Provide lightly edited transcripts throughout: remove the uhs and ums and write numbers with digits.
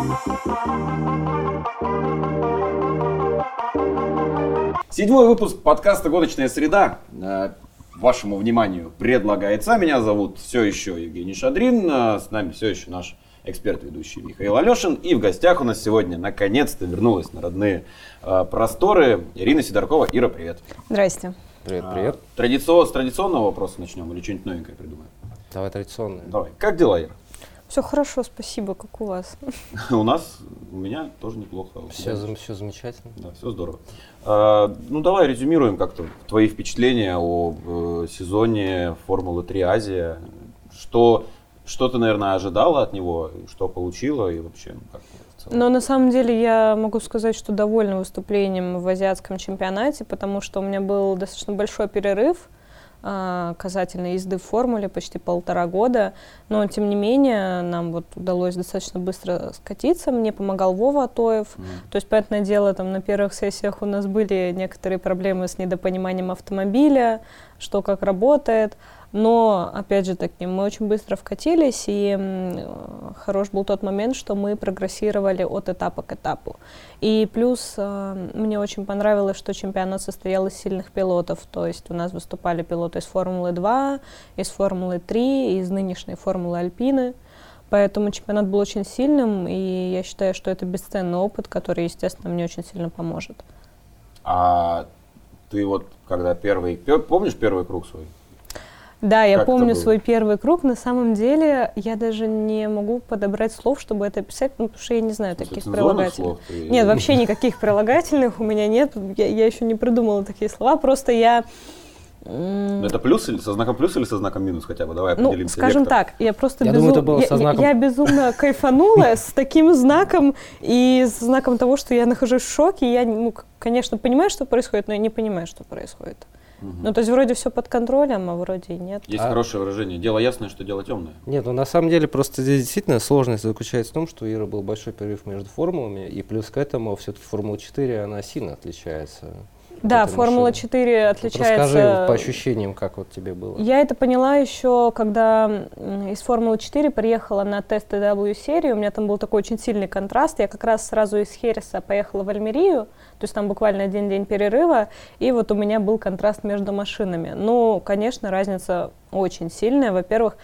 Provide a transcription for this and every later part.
Седьмой выпуск подкаста «Гоночная среда» вашему вниманию предлагается. Меня зовут все еще Евгений Шадрин, с нами все еще наш эксперт-ведущий Михаил Алешин. И в гостях у нас сегодня наконец-то вернулась на родные просторы Ирина Сидоркова. Ира, привет. Здрасте. Привет. С традиционного вопроса начнем или что-нибудь новенькое придумаем? Давай традиционное. Давай. Как дела, Ира? Все хорошо, спасибо. Как у вас? У меня тоже неплохо. Все замечательно. Да, все здорово. Давай резюмируем как-то твои впечатления о сезоне Формулы-3 Азия. Что ты, наверное, ожидала от него, что получила и вообще как в целом? Но на самом деле я могу сказать, что довольна выступлением в азиатском чемпионате, потому что у меня был достаточно большой перерыв касательно езды в формуле, почти 1,5 года, но тем не менее нам вот удалось достаточно быстро скатиться, мне помогал Вова Атоев, то есть, понятное дело, там на первых сессиях у нас были некоторые проблемы с недопониманием автомобиля, что как работает, но, опять же таки, мы очень быстро вкатились, и хорош был тот момент, что мы прогрессировали от этапа к этапу. И плюс мне очень понравилось, что чемпионат состоял из сильных пилотов, то есть у нас выступали пилоты из Формулы-2, из Формулы-3, из нынешней Формулы Альпины. Поэтому чемпионат был очень сильным, и я считаю, что это бесценный опыт, который, естественно, мне очень сильно поможет. А ты вот, когда помнишь первый круг свой? Да, я помню свой первый круг. На самом деле, я даже не могу подобрать слов, чтобы это описать, потому что я не знаю таких прилагательных. Нет, вообще никаких прилагательных у меня нет. Я еще не придумала такие слова. Просто я... Это плюс или со знаком плюс или со знаком минус хотя бы? Давай определимся. Скажем так, я просто я безумно кайфанула с таким знаком и с знаком того, что я нахожусь в шоке. Я, конечно, понимаю, что происходит, но я не понимаю, что происходит. Ну, то есть вроде все под контролем, а вроде и нет. Есть хорошее выражение. Дело ясное, что дело темное. Нет, на самом деле просто здесь действительно сложность заключается в том, что у Иры был большой перерыв между формулами, и плюс к этому все-таки Формула-4, она сильно отличается. Да, Формула-4 отличается. Расскажи по ощущениям, как вот тебе было. Я это поняла еще, когда из Формулы-4 приехала на тесты W-серии. У меня там был такой очень сильный контраст. Я как раз сразу из Хереса поехала в Альмерию, то есть там буквально один день перерыва, и вот у меня был контраст между машинами. Ну, конечно, разница очень сильная. Во-первых,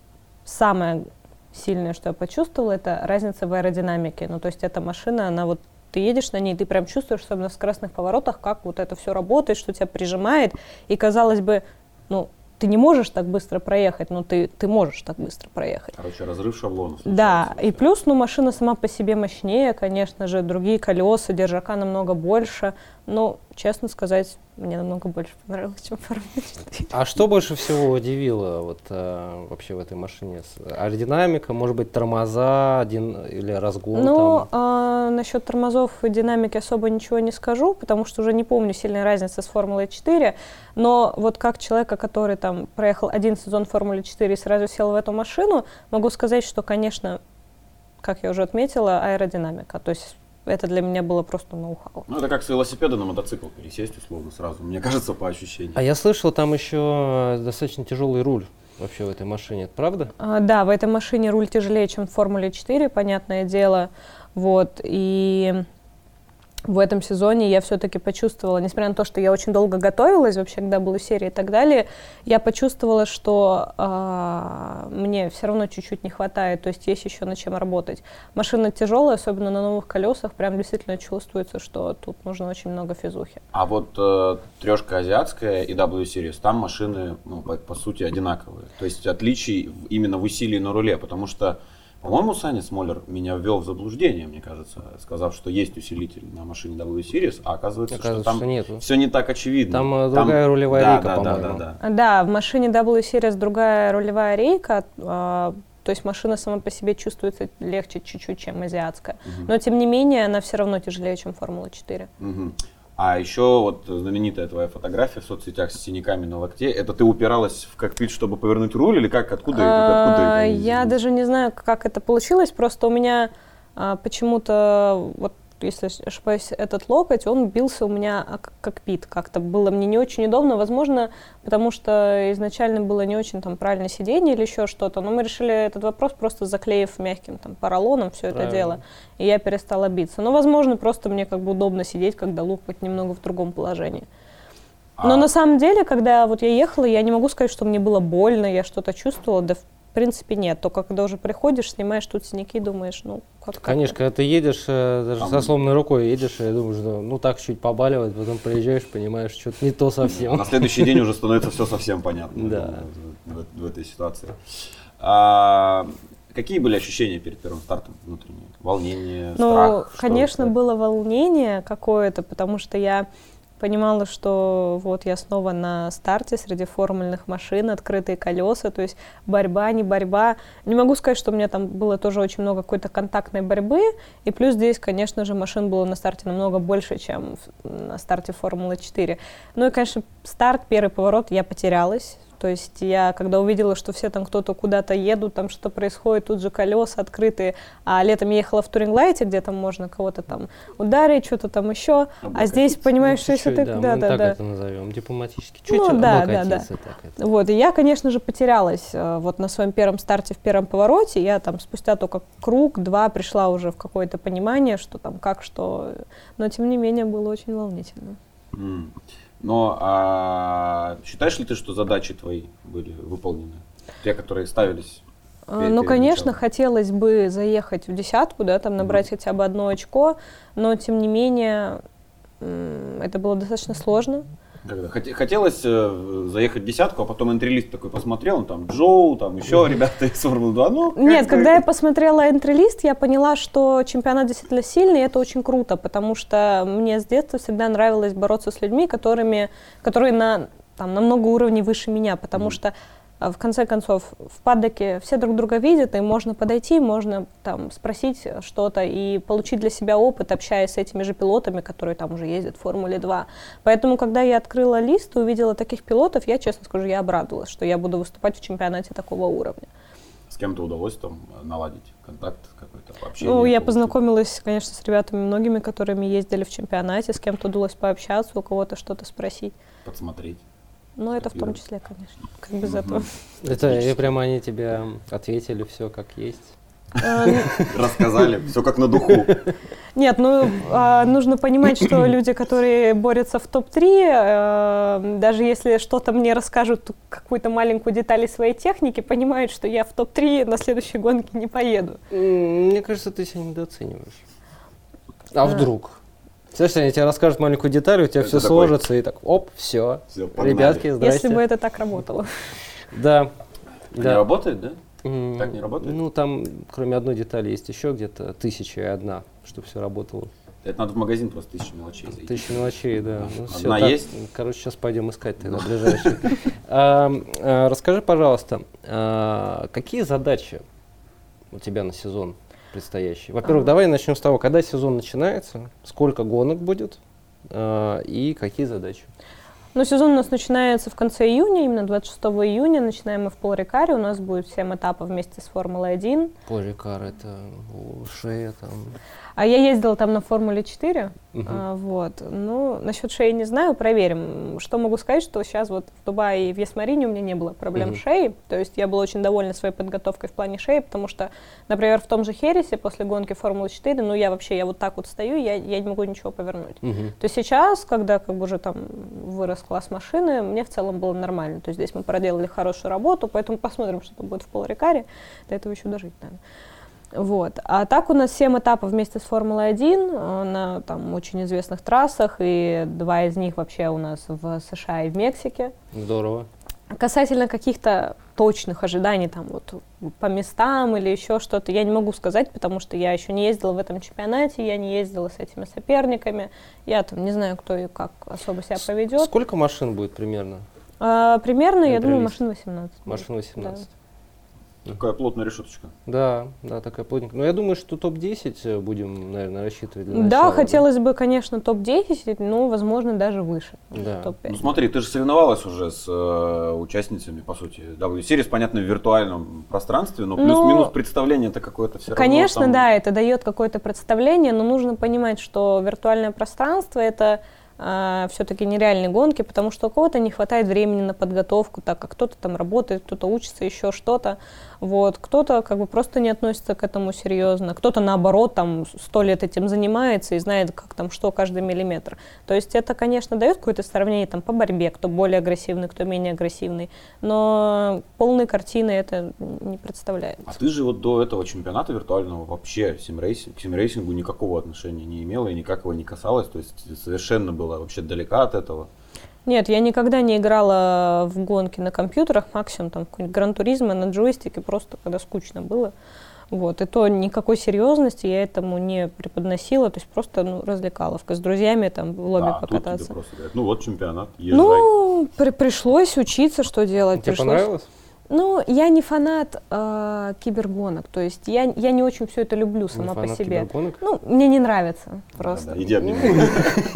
самое сильное, что я почувствовала, это разница в аэродинамике. Ну, то есть эта машина, она вот ты едешь на ней, ты прям чувствуешь, особенно в скоростных поворотах, как вот это все работает, что тебя прижимает. И, казалось бы, ты не можешь так быстро проехать, но ты можешь так быстро проехать. Короче, разрыв шаблона. Да, и плюс, машина сама по себе мощнее, конечно же, другие колеса, держака намного больше. Но, честно сказать, мне намного больше понравилось, чем Формула-4. А что больше всего удивило вообще в этой машине? Аэродинамика, может быть, тормоза или разгон? Насчет тормозов и динамики особо ничего не скажу, потому что уже не помню сильной разницы с Формулой-4. Но вот как человека, который там проехал один сезон Формулы-4 и сразу сел в эту машину, могу сказать, что, конечно, как я уже отметила, аэродинамика. То есть это для меня было просто ноу-хау. Это как с велосипеда на мотоцикл пересесть условно сразу, мне кажется, по ощущениям. А я слышал, там еще достаточно тяжелый руль вообще в этой машине, это правда? Да, в этой машине руль тяжелее, чем в Формуле-4, понятное дело. Вот, и в этом сезоне я все-таки почувствовала, несмотря на то, что я очень долго готовилась вообще к W-серии и так далее, я почувствовала, что мне все равно чуть-чуть не хватает, то есть есть еще над чем работать. Машина тяжелая, особенно на новых колесах, прям действительно чувствуется, что тут нужно очень много физухи. А вот трешка азиатская и W-Series, там машины, по сути, одинаковые. То есть отличий именно в усилии на руле, потому что, по-моему, Саня Смоллер меня ввел в заблуждение, мне кажется, сказав, что есть усилитель на машине W-Series, а оказывается, что там все не так очевидно. Там другая рулевая рейка, по-моему. Да, в машине W-Series другая рулевая рейка, то есть машина сама по себе чувствуется легче чуть-чуть, чем азиатская. Но, тем не менее, она все равно тяжелее, чем Формула-4. А еще вот знаменитая твоя фотография в соцсетях с синяками на локте. Это ты упиралась в кокпит, чтобы повернуть руль, или как? Откуда я даже не знаю, как это получилось. Просто у меня почему-то вот если ошибаюсь, этот локоть, он бился у меня о кокпит. Как-то было мне не очень удобно, возможно, потому что изначально было не очень там правильное сиденье или еще что-то, но мы решили этот вопрос просто заклеив мягким там поролоном все это дело, и я перестала биться. Но, возможно, просто мне как бы удобно сидеть, когда локоть немного в другом положении. Но на самом деле, когда вот я ехала, я не могу сказать, что мне было больно, я что-то чувствовала, да в принципе нет. Только когда уже приходишь, снимаешь тут синяки, думаешь, ну как-то... Конечно, когда ты едешь, даже со сломанной рукой едешь, и думаешь, ну так чуть побаливает, потом приезжаешь, понимаешь, что-то не то совсем. На следующий день уже становится все совсем понятно. Да. В этой ситуации. Какие были ощущения перед первым стартом внутренние? Волнение, страх? Ну, конечно, было волнение какое-то, потому что я понимала, что вот я снова на старте среди формульных машин, открытые колеса, то есть борьба, не борьба. Не могу сказать, что у меня там было тоже очень много какой-то контактной борьбы, и плюс здесь, конечно же, машин было на старте намного больше, чем на старте Формулы-4. Ну и, конечно, старт, первый поворот, я потерялась. То есть я, когда увидела, что все там кто-то куда-то едут, там что происходит, тут же колеса открытые, а летом я ехала в Туринг-лайте, где там можно кого-то там ударить, что-то там еще, а здесь, понимаешь, что если ты... Да, мы так это назовем, дипломатически. Чуть обокатиться. Вот, и я, конечно же, потерялась вот на своем первом старте в первом повороте, я там спустя только круг-два пришла уже в какое-то понимание, что там как, что... Но, тем не менее, было очень волнительно. Но считаешь ли ты, что задачи твои были выполнены? Те, которые ставились? Ну, конечно, хотелось бы заехать в десятку, да, там набрать хотя бы одно очко, но, тем не менее, это было достаточно сложно. Хотелось заехать в десятку, а потом энтрилист такой посмотрел, там Джоу, там еще ребята из Формулы-2. Ну, нет, когда я посмотрела энтрилист, я поняла, что чемпионат действительно сильный, и это очень круто, потому что мне с детства всегда нравилось бороться с людьми, которые на много уровней выше меня, потому что в конце концов, в паддоке все друг друга видят, и можно подойти, можно там спросить что-то и получить для себя опыт, общаясь с этими же пилотами, которые там уже ездят в Формуле-2. Поэтому, когда я открыла лист и увидела таких пилотов, я, честно скажу, я обрадовалась, что я буду выступать в чемпионате такого уровня. С кем-то удалось там наладить контакт какой-то, общение? Ну, я познакомилась, конечно, с ребятами многими, которыми ездили в чемпионате, с кем-то удалось пообщаться, у кого-то что-то спросить. Подсмотреть. Ну, это в том числе, конечно, как без этого. Это и прямо они тебе ответили все как есть? Рассказали, все как на духу. Нет, нужно понимать, что люди, которые борются в топ-3, даже если что-то мне расскажут, какую-то маленькую деталь своей техники, понимают, что я в топ-3 на следующей гонке не поеду. Мне кажется, ты себя недооцениваешь. А вдруг? Слушай, они тебе расскажут маленькую деталь, у тебя все сложится, и так, оп, все. Ребятки, здрасте. Если бы это так работало. Да. Не работает, да? Так не работает? Ну, там, кроме одной детали, есть еще где-то 1001, чтобы все работало. Это надо в магазин просто 1000 мелочей зайти. 1000 мелочей, да. Ну, все, одна так, есть? Короче, сейчас пойдем искать тогда ближайшие. Расскажи, пожалуйста, какие задачи у тебя на сезон предстоящий? Во-первых, давай начнем с того, когда сезон начинается, сколько гонок будет и какие задачи? Ну, сезон у нас начинается в конце июня, именно 26 июня. Начинаем мы в Пол-Рикаре, у нас будет 7 этапов вместе с Формулой-1. Пол-Рикар — это шея там. А я ездила там на Формуле-4, вот. Ну, насчет шеи не знаю, проверим. Что могу сказать, что сейчас вот в Дубае и в Ясмарине у меня не было проблем с шеей, то есть я была очень довольна своей подготовкой в плане шеи, потому что, например, в том же Хересе после гонки Формулы-4, ну, я вот так вот стою, я не могу ничего повернуть. То есть сейчас, когда как бы уже там вырос класс машины, мне в целом было нормально, то есть здесь мы проделали хорошую работу, поэтому посмотрим, что там будет в Пол-Рикаре, до этого еще дожить надо. Вот. А так у нас 7 этапов вместе с Формулой-1 на там очень известных трассах, и 2 из них вообще у нас в США и в Мексике. Здорово. Касательно каких-то точных ожиданий там вот по местам или еще что-то, я не могу сказать, потому что я еще не ездила в этом чемпионате, я не ездила с этими соперниками, я там не знаю, кто и как особо себя поведет. Сколько машин будет примерно? Примерно, я думаю, машин 18. Машин 18. Да. Такая плотная решеточка. Да, такая плотненькая. Но я думаю, что топ-10 будем, наверное, рассчитывать для Да, начала. хотелось бы, конечно, топ-10, но, возможно, даже выше. Да. Топ-5. Ну смотри, ты же соревновалась уже с участницами, по сути, W-Series, понятно, в виртуальном пространстве, но плюс-минус представление-то какое-то все равно. Конечно, там... да, это дает какое-то представление, но нужно понимать, что виртуальное пространство — это все-таки нереальные гонки, потому что у кого-то не хватает времени на подготовку, так как кто-то там работает, кто-то учится, еще что-то. Вот. Кто-то как бы просто не относится к этому серьезно, кто-то наоборот там 100 лет этим занимается и знает, как там что каждый миллиметр. То есть это, конечно, дает какое-то сравнение там по борьбе, кто более агрессивный, кто менее агрессивный, но полной картины это не представляет. А ты же вот до этого чемпионата виртуального вообще к симрейсингу никакого отношения не имела и никак его не касалась, то есть совершенно была вообще далека от этого. Нет, я никогда не играла в гонки на компьютерах, максимум там какой-нибудь Гран-туризмо на джойстике, просто когда скучно было. Вот. И то никакой серьезности я этому не преподносила, то есть просто развлекаловка с друзьями там в лобби покататься. Тут тебе просто говорят, ну вот чемпионат, езжай. Ну, пришлось учиться, что делать. Тебе понравилось? Ну, я не фанат кибергонок, то есть я не очень все это люблю сама по себе. Кибергонок? Ну, мне не нравится просто. Да, иди обнимай.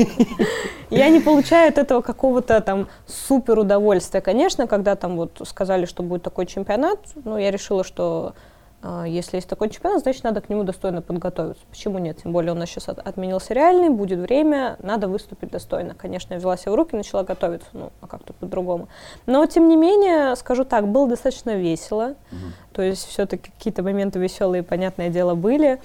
Я не получаю от этого какого-то там супер удовольствия. Конечно, когда там вот сказали, что будет такой чемпионат, ну, я решила, что если есть такой чемпионат, значит, надо к нему достойно подготовиться. Почему нет? Тем более у нас сейчас отменился реальный, будет время, надо выступить достойно. Конечно, я взяла себя в руки, начала готовиться, ну, а как тут по-другому. Но, тем не менее, скажу так, было достаточно весело. То есть все-таки какие-то моменты веселые, понятное дело, были.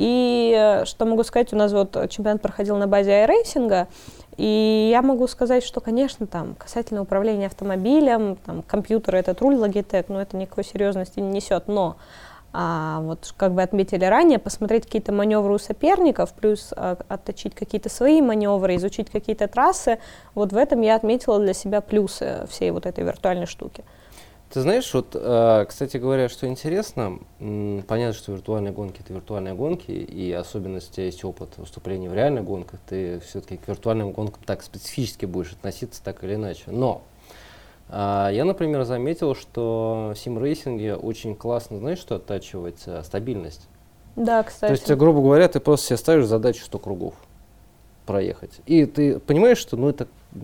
И что могу сказать, у нас вот чемпионат проходил на базе iRacing, и я могу сказать, что, конечно, там, касательно управления автомобилем, там, компьютер, этот руль Logitech, ну, это никакой серьезности не несет, но вот, как вы отметили ранее, посмотреть какие-то маневры у соперников, плюс отточить какие-то свои маневры, изучить какие-то трассы, вот в этом я отметила для себя плюсы всей вот этой виртуальной штуки. Ты знаешь, вот, кстати говоря, что интересно, понятно, что виртуальные гонки — это виртуальные гонки, и особенно если у тебя есть опыт выступления в реальных гонках, ты все-таки к виртуальным гонкам так специфически будешь относиться, так или иначе. Но я, например, заметил, что в симрейсинге очень классно, знаешь, что оттачивать стабильность. Да, кстати. То есть, грубо говоря, ты просто себе ставишь задачу 100 кругов проехать. И ты понимаешь, что это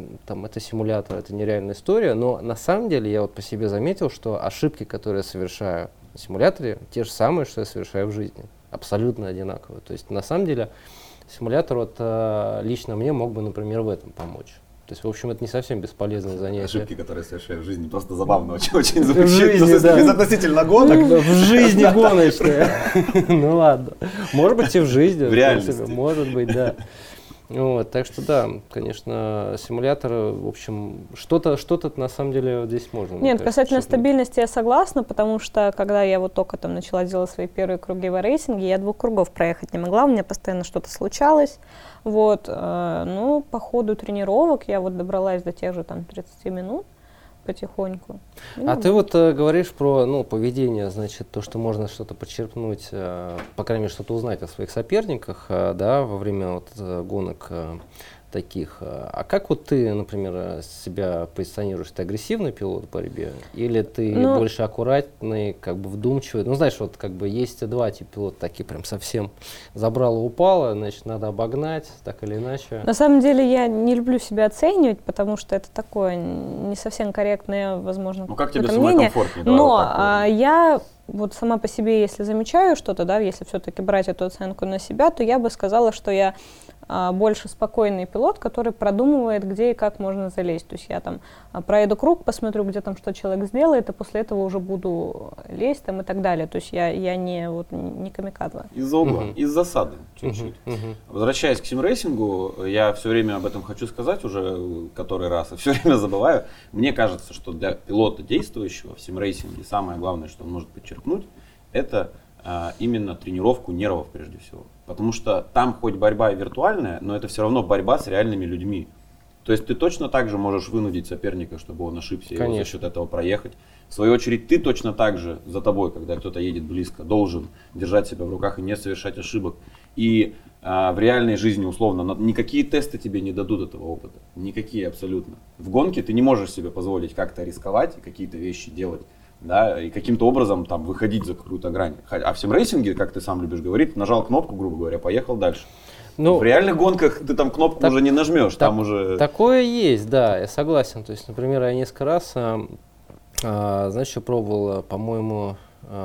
симулятор, это нереальная история, но на самом деле я вот по себе заметил, что ошибки, которые я совершаю на симуляторе, те же самые, что я совершаю в жизни. Абсолютно одинаковые. То есть на самом деле симулятор вот лично мне мог бы, например, в этом помочь. То есть, в общем, это не совсем бесполезное занятие. Ошибки, которые совершаю в жизни, просто забавно, очень звучит. Безотносительно гонок. В жизни гоночная. Ну ладно. Может быть, и в жизни. В реальности. Может быть, да. Вот, так что да, конечно, симулятор, в общем, что-то на самом деле здесь можно. Нет, касательно стабильности я согласна, потому что когда я вот только там начала делать свои первые круги в рейсинге, я 2 кругов проехать не могла, у меня постоянно что-то случалось. Вот, ну, по ходу тренировок я вот добралась до тех же там 30 минут потихоньку. А ты вот говоришь про поведение, значит, то, что можно что-то подчеркнуть, по крайней мере, что-то узнать о своих соперниках, да, во время вот гонок таких. А как вот ты, например, себя позиционируешь? Ты агрессивный пилот в борьбе? Или ты больше аккуратный, как бы вдумчивый? Ну, знаешь, вот как бы есть 2 типа пилота, такие прям совсем забрало-упало, значит, надо обогнать, так или иначе. На самом деле я не люблю себя оценивать, потому что это такое не совсем корректное, возможно, как тебе самой комфортнее? Но я вот сама по себе, если замечаю что-то, да, если все-таки брать эту оценку на себя, то я бы сказала, что я больше спокойный пилот, который продумывает, где и как можно залезть. То есть я там проеду круг, посмотрю, где там что человек сделает, и после этого уже буду лезть там и так далее. То есть я не камикадзе. Из-за угла, из засады чуть-чуть. Возвращаясь к симрейсингу, я все время об этом хочу сказать уже который раз, и все время забываю. Мне кажется, что для пилота, действующего в симрейсинге, самое главное, что он может подчеркнуть, это именно тренировку нервов прежде всего. Потому что там хоть борьба и виртуальная, но это все равно борьба с реальными людьми. То есть ты точно так же можешь вынудить соперника, чтобы он ошибся, и его за счет этого проехать. В свою очередь ты точно так же за тобой, когда кто-то едет близко, должен держать себя в руках и не совершать ошибок. И в реальной жизни условно никакие тесты тебе не дадут этого опыта. Никакие абсолютно. В гонке ты не можешь себе позволить как-то рисковать и какие-то вещи делать да, и каким-то образом там выходить за какую-то грань. А в симрейсинге, как ты сам любишь говорить, нажал кнопку, грубо говоря, поехал дальше. Ну, в реальных гонках ты там кнопку уже не нажмешь, там уже... Такое есть, да, я согласен. То есть, например, я несколько раз, знаешь, что пробовал, по-моему,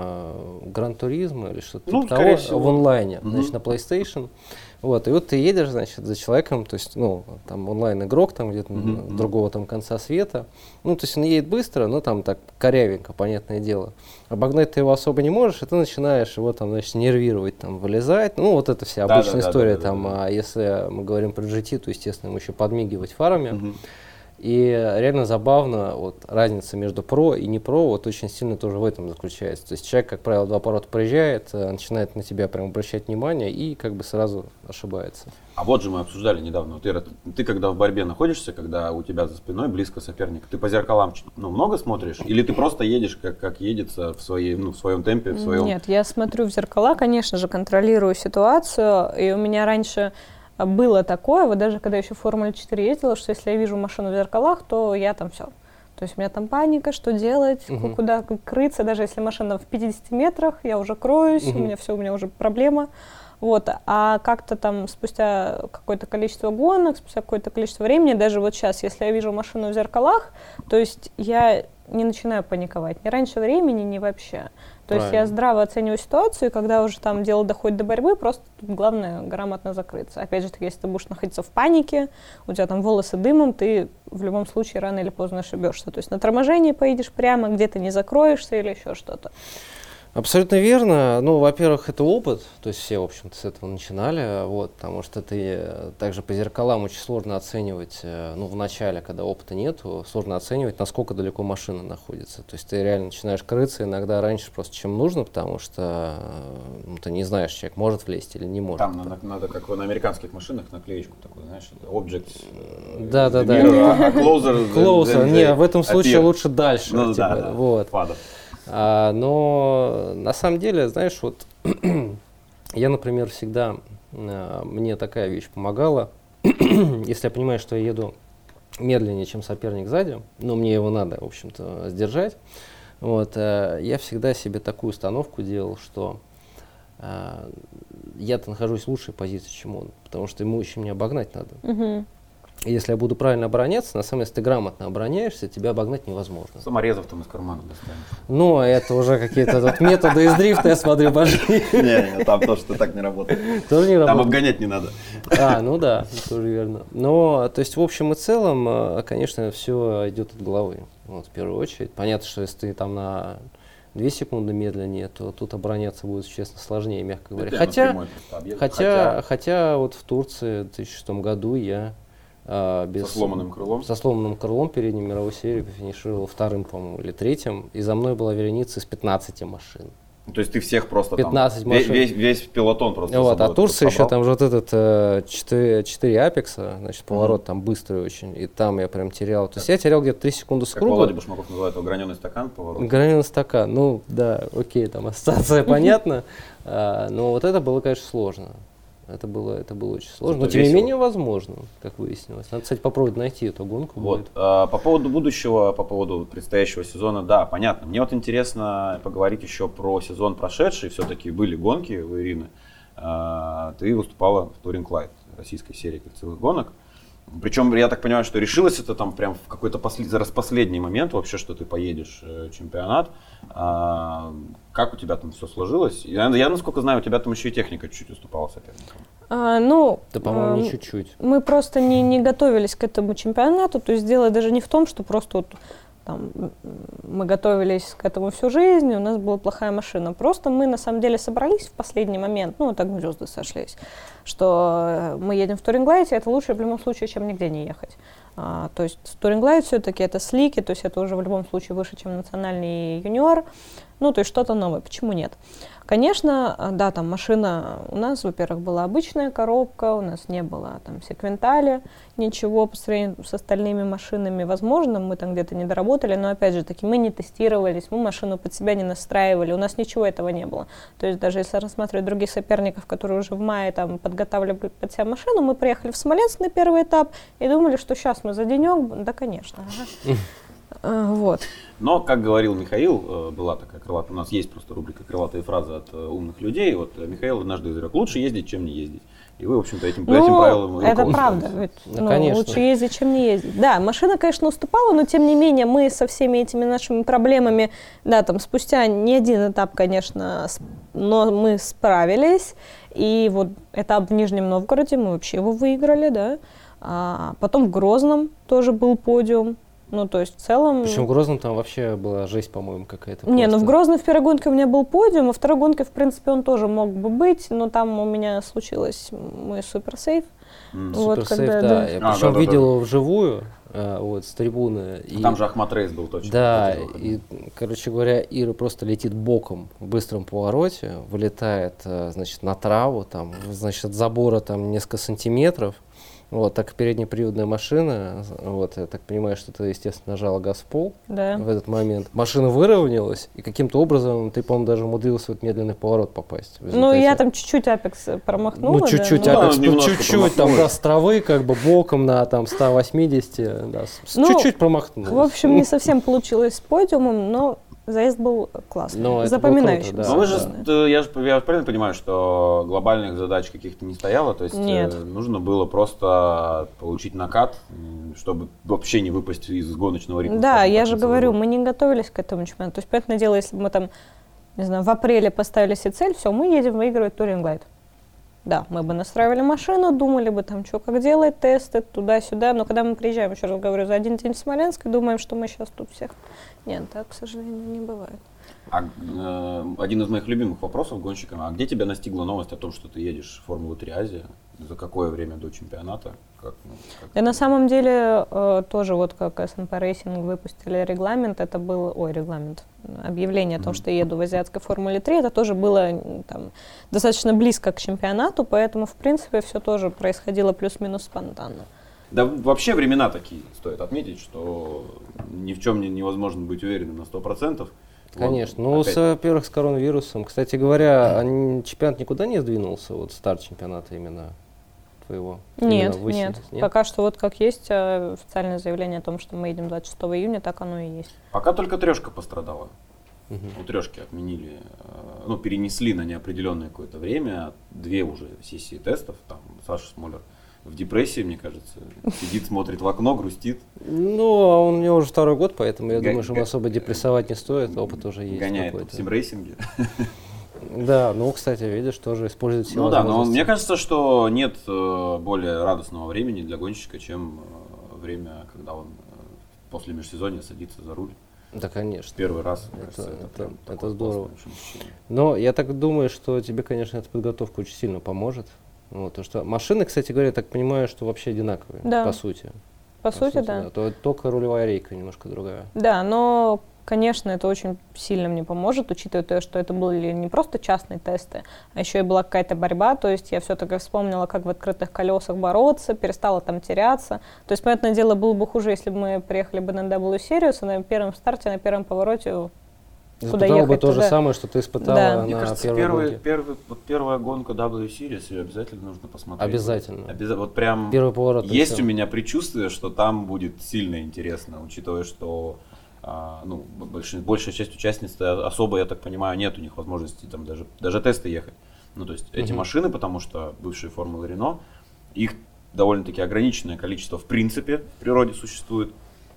Гран-туризмо или что-то типа того, в онлайне, значит, на PlayStation. Вот, и вот ты едешь, значит, за человеком, то есть, ну, там онлайн-игрок, там где-то другого там конца света. Ну, то есть он едет быстро, но там так корявенько, понятное дело. Обогнать ты его особо не можешь, и ты начинаешь его там, значит, нервировать, там, вылезать. Ну, вот это вся обычная история там. А если мы говорим про GT, то, естественно, ему еще подмигивать фарами. И реально забавно, вот разница между про и не про, вот очень сильно тоже в этом заключается. То есть человек, как правило, 2 поворота проезжает, начинает на тебя прям обращать внимание и как бы сразу ошибается. А вот же мы обсуждали недавно, ты когда в борьбе находишься, когда у тебя за спиной близко соперник, ты по зеркалам много смотришь? Или ты просто едешь, как едется в своем темпе? В своем... Нет, я смотрю в зеркала, конечно же, контролирую ситуацию, и у меня раньше... Было такое, вот даже когда еще в Формуле 4 ездила, что если я вижу машину в зеркалах, то я там все. То есть у меня там паника, что делать, куда крыться, даже если машина в 50 метрах, я уже кроюсь, у меня уже проблема. Вот. А как-то там спустя какое-то количество гонок, спустя какое-то количество времени, даже вот сейчас, если я вижу машину в зеркалах, то есть я не начинаю паниковать ни раньше времени, ни вообще. То есть я здраво оцениваю ситуацию, и когда уже там дело доходит до борьбы, просто тут главное грамотно закрыться. Опять же, если ты будешь находиться в панике, у тебя там волосы дымом, ты в любом случае рано или поздно ошибешься. То есть на торможении поедешь прямо, где-то не закроешься или еще что-то. Абсолютно верно. Ну, во-первых, это опыт, то есть все, в общем-то, с этого начинали, вот, потому что ты также по зеркалам очень сложно оценивать, ну, в начале, когда опыта нету, сложно оценивать, насколько далеко машина находится. То есть ты реально начинаешь крыться иногда раньше просто, чем нужно, потому что ты не знаешь, человек может влезть или не может. Там надо как на американских машинах, наклеечку такую, знаешь, object. Да. Closer. Не, в этом случае лучше дальше. Ну, да. Вот. Но на самом деле, знаешь, вот я, например, всегда, мне такая вещь помогала, если я понимаю, что я еду медленнее, чем соперник сзади, но мне его надо, в общем-то, сдержать, вот, я всегда себе такую установку делал, что я-то нахожусь в лучшей позиции, чем он, потому что ему еще мне обогнать надо. И если я буду правильно обороняться, на самом деле, если ты грамотно обороняешься, тебя обогнать невозможно. Саморезов там из кармана достанешь. Ну, это уже какие-то методы из дрифта, я смотрю, пошли. Не, там тоже так не работает. Тоже не работает. Там обгонять не надо. Ну да, тоже верно. Но, то есть, в общем и целом, конечно, все идет от головы, вот, в первую очередь. Понятно, что если ты там на 2 секунды медленнее, то тут обороняться будет, честно, сложнее, мягко говоря. Хотя вот в Турции в 2006 году я со сломанным крылом? Со сломанным крылом передней мировой серии финишировал 2-м, по-моему, или 3-м. И за мной была вереница из 15 машин. То есть ты всех просто 15 там, машин. Весь пелотон просто вот, а Турция еще там же вот этот 4 апекса, значит, поворот там быстрый очень, и там я прям терял. То есть я терял где-то 3 секунды с круга. Как Володя Башмаков называет его, граненый стакан поворот? Граненый стакан, ну да, окей, там ассоциация понятна, но вот это было, конечно, сложно. Это было очень сложно, но тем не менее возможно, как выяснилось. Надо, кстати, попробовать найти эту гонку. Вот. По поводу будущего, по поводу предстоящего сезона, да, понятно. Мне вот интересно поговорить еще про сезон прошедший. Все-таки были гонки у Ирины. Ты выступала в Touring Light, российской серии кольцевых гонок. Причем, я так понимаю, что решилось это там прям в какой-то последний момент вообще, что ты поедешь в чемпионат. Как у тебя там все сложилось? Я, насколько знаю, у тебя там еще и техника чуть-чуть уступала соперникам. Да, по-моему, не чуть-чуть. Мы просто не готовились к этому чемпионату. То есть дело даже не в том, что просто вот, там, мы готовились к этому всю жизнь, у нас была плохая машина. Просто мы на самом деле собрались в последний момент, ну так звезды сошлись, что мы едем в Touring Light, и это лучше в любом случае, чем нигде не ехать. То есть Touring Light все-таки это слики, то есть это уже в любом случае выше, чем национальный юниор. Ну, то есть что-то новое, почему нет? Конечно, да, там машина у нас, во-первых, была обычная коробка, у нас не было там секвентали, ничего по сравнению с остальными машинами. Возможно, мы там где-то не доработали, но опять же таки мы не тестировались, мы машину под себя не настраивали, у нас ничего этого не было. То есть даже если рассматривать других соперников, которые уже в мае там подготавливали под себя машину, мы приехали в Смоленск на первый этап и думали, что сейчас мы за денек, да, конечно. Вот. Но, как говорил Михаил, была такая крылатая, у нас есть просто рубрика «Крылатые фразы от умных людей». Вот Михаил однажды изрек: лучше ездить, чем не ездить. И вы, в общем-то, этим правилом это правда. Ведь, конечно. Лучше ездить, чем не ездить. Да, машина, конечно, уступала, но тем не менее мы со всеми этими нашими проблемами, да, там спустя не один этап, конечно, но мы справились. И вот этап в Нижнем Новгороде мы вообще его выиграли, да. А потом в Грозном тоже был подиум. Ну, то есть в целом... Причем в Грозном там вообще была жесть, по-моему, какая-то. Не, ну в Грозном в первой гонке у меня был подиум, а во второй гонке, в принципе, он тоже мог бы быть, но там у меня случилось мой суперсейв. Суперсейв, да. Я причем видел его вживую, вот, с трибуны. И там же Ахмат Рейс был точно. Да, и, короче говоря, Ира просто летит боком в быстром повороте, вылетает, значит, на траву, там, значит, от забора там несколько сантиметров. Вот, так переднеприводная машина, вот, я так понимаю, что ты, естественно, нажала газ в пол в этот момент. Машина выровнялась, и каким-то образом ты, по-моему, даже умудрился в этот медленный поворот попасть. Ну, я там чуть-чуть апекс промахнула. Ну, чуть-чуть, да, апекс, чуть-чуть, там, да, с травы, как бы, боком на, там, 180, да, чуть-чуть промахнулась. В общем, не совсем получилось с подиумом, но заезд был классный, запоминающийся. Да, но вы же, я правильно понимаю, что глобальных задач каких-то не стояло, то есть нужно было просто получить накат, чтобы вообще не выпасть из гоночного ритма. Да, я же говорю, мы не готовились к этому чемпионату. То есть, понятное дело, если бы мы там, не знаю, в апреле поставили себе цель, все, мы едем выигрывать Touring Light. Да, мы бы настраивали машину, думали бы там, что как делать, тесты, туда-сюда. Но когда мы приезжаем, еще раз говорю, за один день в Смоленск и думаем, что мы сейчас тут всех... Нет, так, к сожалению, не бывает. Один из моих любимых вопросов гонщикам: а где тебя настигла новость о том, что ты едешь в Формулу-3 Азия? За какое время до чемпионата? И на самом деле тоже вот как СНП Racing выпустили регламент, это был, объявление о том, что я еду в азиатской Формуле 3, это тоже было там достаточно близко к чемпионату, поэтому в принципе все тоже происходило плюс-минус спонтанно. Да, вообще времена такие, стоит отметить, что ни в чем невозможно быть уверенным на 100%. Конечно. Ну, во-первых, с коронавирусом. Кстати говоря, чемпионат никуда не сдвинулся, вот старт чемпионата именно твоего? Нет. Пока что вот как есть официальное заявление о том, что мы едем 26 июня, так оно и есть. Пока только трешка пострадала. У трешки отменили, перенесли на неопределенное какое-то время 2 уже сессии тестов. Там Саша Смолер в депрессии, мне кажется, сидит, смотрит в окно, грустит. Ну, у него уже 2-й год, поэтому я думаю, что ему особо депрессовать не стоит, опыт уже есть. Гоняет в симрейсинге. Да, кстати, видишь, тоже использует все возможности. Но мне кажется, что нет более радостного времени для гонщика, чем время, когда он после межсезонья садится за руль. Да, конечно. Первый раз. Это здорово. Но я так думаю, что тебе, конечно, эта подготовка очень сильно поможет. Вот, потому что машины, кстати говоря, я так понимаю, что вообще одинаковые, да. По сути. По сути, да. Только рулевая рейка немножко другая. Да, но, конечно, это очень сильно мне поможет, учитывая то, что это были не просто частные тесты, а еще и была какая-то борьба. То есть я все-таки вспомнила, как в открытых колесах бороться, перестала там теряться. То есть, понятное дело, было бы хуже, если бы мы приехали бы на W-Series, и на первом старте, на первом повороте куда ехать, бы то же самое, что ты испытала Мне на кажется, первая гонка W-Series, ее обязательно нужно посмотреть. Обязательно. Вот прям первый поворот. Есть у меня предчувствие, что там будет сильно интересно, учитывая, что большая часть участниц особо, я так понимаю, нет у них возможности там даже тесты ехать. Ну, то есть эти машины, потому что бывшие Формулы Рено, их довольно-таки ограниченное количество в принципе в природе существует.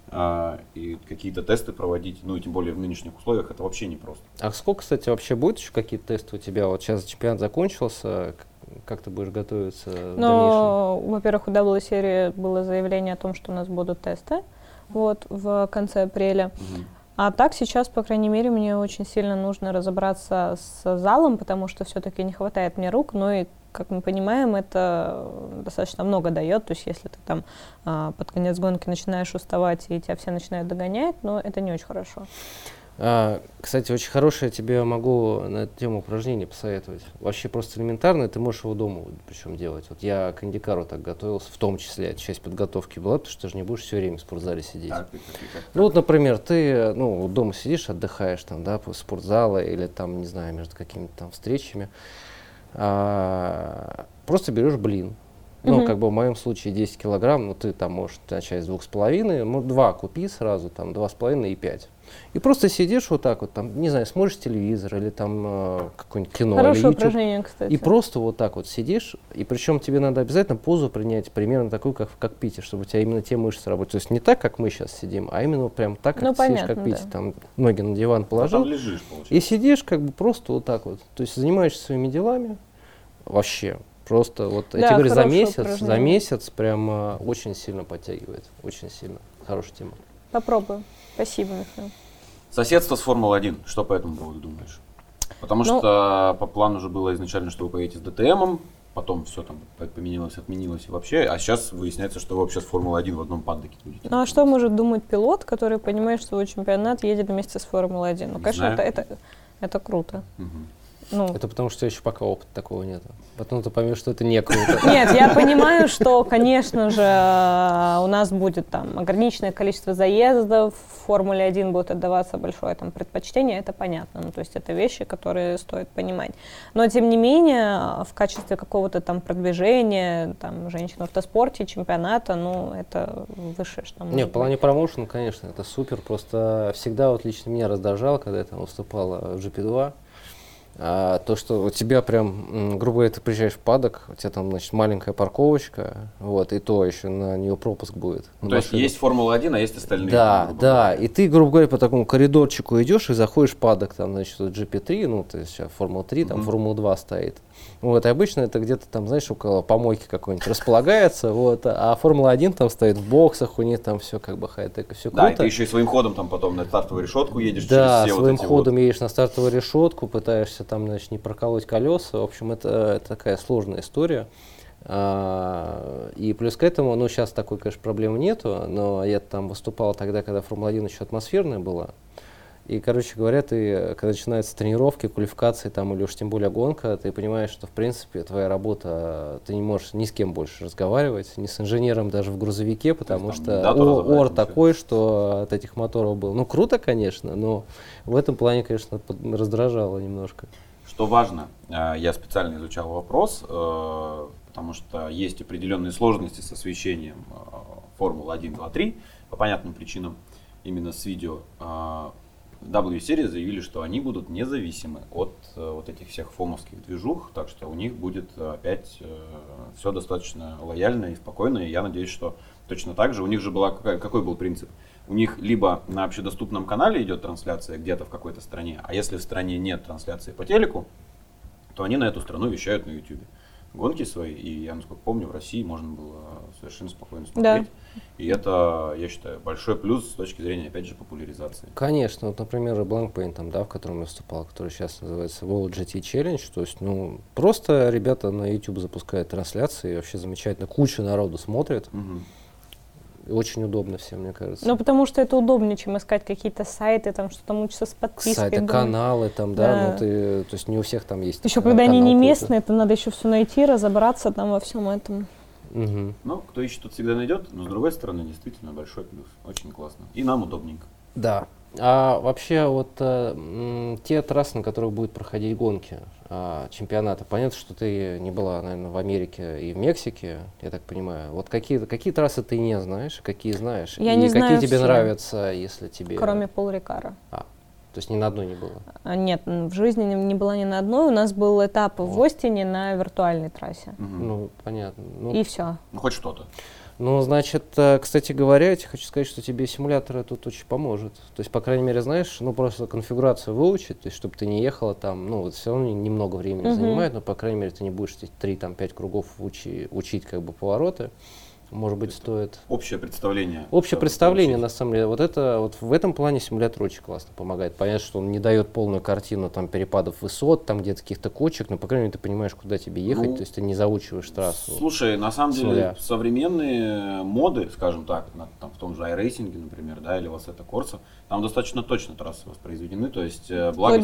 И какие-то тесты проводить, и тем более в нынешних условиях, это вообще непросто. А сколько, кстати, вообще будет еще какие-то тесты у тебя? Вот сейчас чемпионат закончился, как ты будешь готовиться в дальнейшем? Во-первых, у W-серии было заявление о том, что у нас будут тесты в конце апреля. А так сейчас, по крайней мере, мне очень сильно нужно разобраться с залом, потому что все-таки не хватает мне рук, и как мы понимаем, это достаточно много дает. То есть если ты там под конец гонки начинаешь уставать и тебя все начинают догонять, но это не очень хорошо. Кстати, очень хорошее тебе могу на эту тему упражнение посоветовать. Вообще просто элементарно, ты можешь его дома причем делать. Вот я к Индикару так готовился, в том числе, это часть подготовки была, потому что ты же не будешь все время в спортзале сидеть. Ну вот, например, ты дома сидишь, отдыхаешь там, да, после спортзала или там, не знаю, между какими-то там встречами. Просто берешь блин, Ну, как бы в моем случае 10 килограмм, ну, ты там можешь начать с 2,5, ну, 2 купи сразу, там, 2,5 и 5. И просто сидишь вот так вот, там, не знаю, смотришь телевизор или там какое-нибудь кино. Хорошее или YouTube, упражнение, кстати. и просто вот так вот сидишь, и причем тебе надо обязательно позу принять, примерно такую, как Пите, чтобы у тебя именно те мышцы работают. То есть не так, как мы сейчас сидим, а именно прям так, как ты сидишь, как Пите. Да. Там ноги на диван положил, там лежишь, и сидишь как бы просто вот так вот. То есть занимаешься своими делами вообще. Просто вот, Да, я тебе говорю, за упражнение. месяц прям очень сильно подтягивает, очень сильно. Хорошая тема. Попробую. Спасибо, Михаил. Соседство с Формулой-1. Что по этому поводу думаешь? Потому что по плану же было изначально, что вы поедете с ДТМом, потом все там поменялось, отменилось и вообще, а сейчас выясняется, что вы вообще с Формулой-1 в одном паддоке будете. Ну а что может думать пилот, который понимает, что его чемпионат едет вместе с Формулой-1? Ну, конечно, это круто. Ну. Это потому, что еще пока опыта такого нет. Потом ты поймешь, что это не круто. Нет, я понимаю, что, конечно же, у нас будет там ограниченное количество заездов, в Формуле 1 будет отдаваться большое там предпочтение, это понятно. Ну, то есть это вещи, которые стоит понимать. Но, тем не менее, в качестве какого-то там продвижения, там, женщин в автоспорте, чемпионата, ну, это высшее, что может Нет, в быть. плане промоушена, конечно, это супер. Просто всегда вот лично меня раздражало, когда я там выступала в GP2. То, что у тебя прям, грубо говоря, ты приезжаешь в паддок, у тебя там, значит, маленькая парковочка, вот, и то еще на нее пропуск будет. Ну, то есть есть Формула-1, а есть остальные. Да, там, да, и ты, грубо говоря, по такому коридорчику идешь и заходишь в паддок, там, значит, GP3, ну, то есть сейчас Формула-3, там Формула-2 стоит. Вот, и обычно это где-то там, знаешь, около помойки какой-нибудь располагается, вот, а Формула-1 там стоит в боксах, у них там все как бы хай-тек, все круто. Да, и ты еще и своим ходом там потом на стартовую решетку едешь да, через все своим вот эти ходом едешь на стартовую решетку, пытаешься там, значит, не проколоть колеса. В общем, это такая сложная история. И плюс к этому, ну, сейчас такой, конечно, проблемы нету, но я там выступал тогда, когда Формула-1 еще атмосферная была. И, короче говоря, ты, когда начинаются тренировки, квалификации там, или уж тем более гонка, ты понимаешь, что, в принципе, твоя работа, ты не можешь ни с кем больше разговаривать, ни с инженером даже в грузовике, потому что ор такой, что от этих моторов был. Ну, круто, конечно, но в этом плане, конечно, раздражало немножко. Что важно, я специально изучал вопрос, потому что есть определенные сложности с освещением Формулы-1, 2, 3, по понятным причинам, именно с видео. W-Series заявили, что они будут независимы от вот этих всех фомовских движух, так что у них будет опять все достаточно лояльно и спокойно, и я надеюсь, что точно так же. У них же была какой был принцип? У них либо на общедоступном канале идет трансляция где-то в какой-то стране, а если в стране нет трансляции по телеку, то они на эту страну вещают на YouTube. Гонки свои, и я, насколько помню, в России можно было совершенно спокойно смотреть. Да. И это, я считаю, большой плюс с точки зрения, опять же, популяризации. Конечно, вот, например, Blancpain, там, да, в котором я выступал, который сейчас называется World GT Challenge, то есть, ну, просто ребята на YouTube запускают трансляции, вообще замечательно, куча народу смотрит. Очень удобно всем, мне кажется. Ну, потому что это удобнее, чем искать какие-то сайты, там что-то мучиться с подпиской. Сайты, каналы, там, да, ну ты, то есть не у всех там есть. Еще когда они не местные, это надо еще все найти, разобраться там во всем этом. Ну, кто ищет, тот всегда найдет, но с другой стороны, действительно большой плюс. Очень классно. И нам удобненько. Да. А вообще вот те трассы, на которых будут проходить гонки чемпионата, понятно, что ты не была, наверное, в Америке и в Мексике, я так понимаю. Вот какие трассы ты не знаешь, какие знаешь? Я не знаю какие тебе все. Нравятся, если тебе... Кроме Пол Рикаро. То есть ни на одной не было? Нет, в жизни не была ни на одной. У нас был этап в Остине на виртуальной трассе. Ну, понятно. И все. Ну, хоть что-то. Ну, значит, кстати говоря, я хочу сказать, что тебе симулятор тут очень поможет. То есть, по крайней мере, знаешь, ну, просто конфигурацию выучить, то есть, чтобы ты не ехала там, ну, вот все равно немного времени занимает, но, по крайней мере, ты не будешь 3-5 кругов учить как бы повороты. Может быть, стоит... Общее представление. Общее представление, на самом деле. Вот в этом плане симулятор очень классно помогает. Понятно, что он не дает полную картину там, перепадов высот, там где-то каких-то кочек, но, по крайней мере, ты понимаешь, куда тебе ехать, то есть ты не заучиваешь трассу. Слушай, на самом деле, современные моды, скажем так, там, в том же iRacing, например, да, или Assetto Corsa, там достаточно точно трассы воспроизведены, то есть благо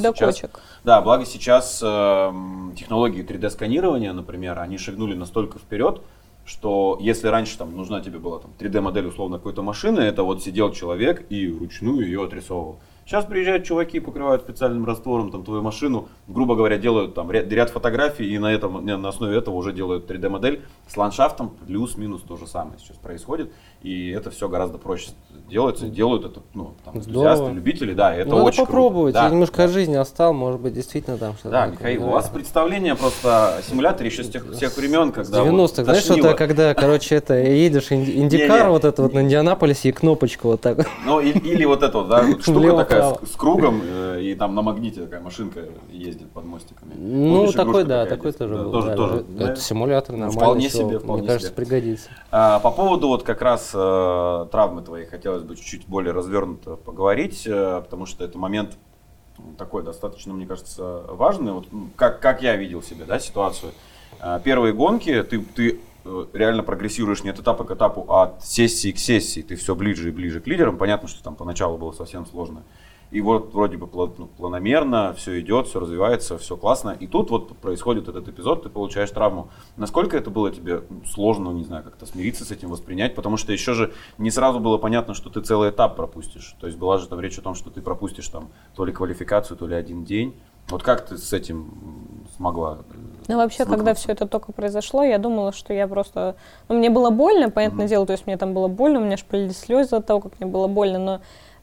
сейчас технологии 3D-сканирования, например, они шагнули настолько вперед, что если раньше там нужна тебе была там 3D-модель условно какой-то машины, это вот сидел человек и вручную ее отрисовывал. Сейчас приезжают чуваки, покрывают специальным раствором там твою машину, грубо говоря, делают там ряд фотографий и на основе этого уже делают 3D-модель с ландшафтом, плюс-минус то же самое сейчас происходит. И это все гораздо проще делается, делают это энтузиасты, любители, да, и это надо очень попробовать, круто. я немножко от жизни отстал, может быть, действительно там что-то. Да, Михаил, у вас представление просто о симуляторе еще с тех времен, когда 90-х, знаешь, что-то, когда, едешь Индикар, вот это вот на Индианаполисе и кнопочку вот так. Ну, или вот эта вот, да, штука такая с кругом, и там на магните такая машинка ездит под мостиками. Ну, такой, да, такой тоже был. Тоже. Это симулятор нормальный. Вполне себе, мне кажется, пригодится. По поводу вот как раз травмы твоей хотелось бы чуть-чуть более развернуто поговорить, потому что это момент такой достаточно, мне кажется, важный. Вот как я видел себе, да, ситуацию. Первые гонки ты реально прогрессируешь не от этапа к этапу, а от сессии к сессии. Ты все ближе и ближе к лидерам. Понятно, что там поначалу было совсем сложно. И вот вроде бы планомерно все идет, все развивается, все классно. И тут вот происходит этот эпизод, ты получаешь травму. Насколько это было тебе сложно, не знаю, как-то смириться с этим, воспринять? Потому что еще же не сразу было понятно, что ты целый этап пропустишь. То есть была же там речь о том, что ты пропустишь там то ли квалификацию, то ли один день. Вот как ты с этим смогла? Ну, вообще, когда все это только произошло, я думала, что я просто... Ну, мне было больно, понятное дело, то есть мне там было больно, у меня аж полились слезы от того, как мне было больно, но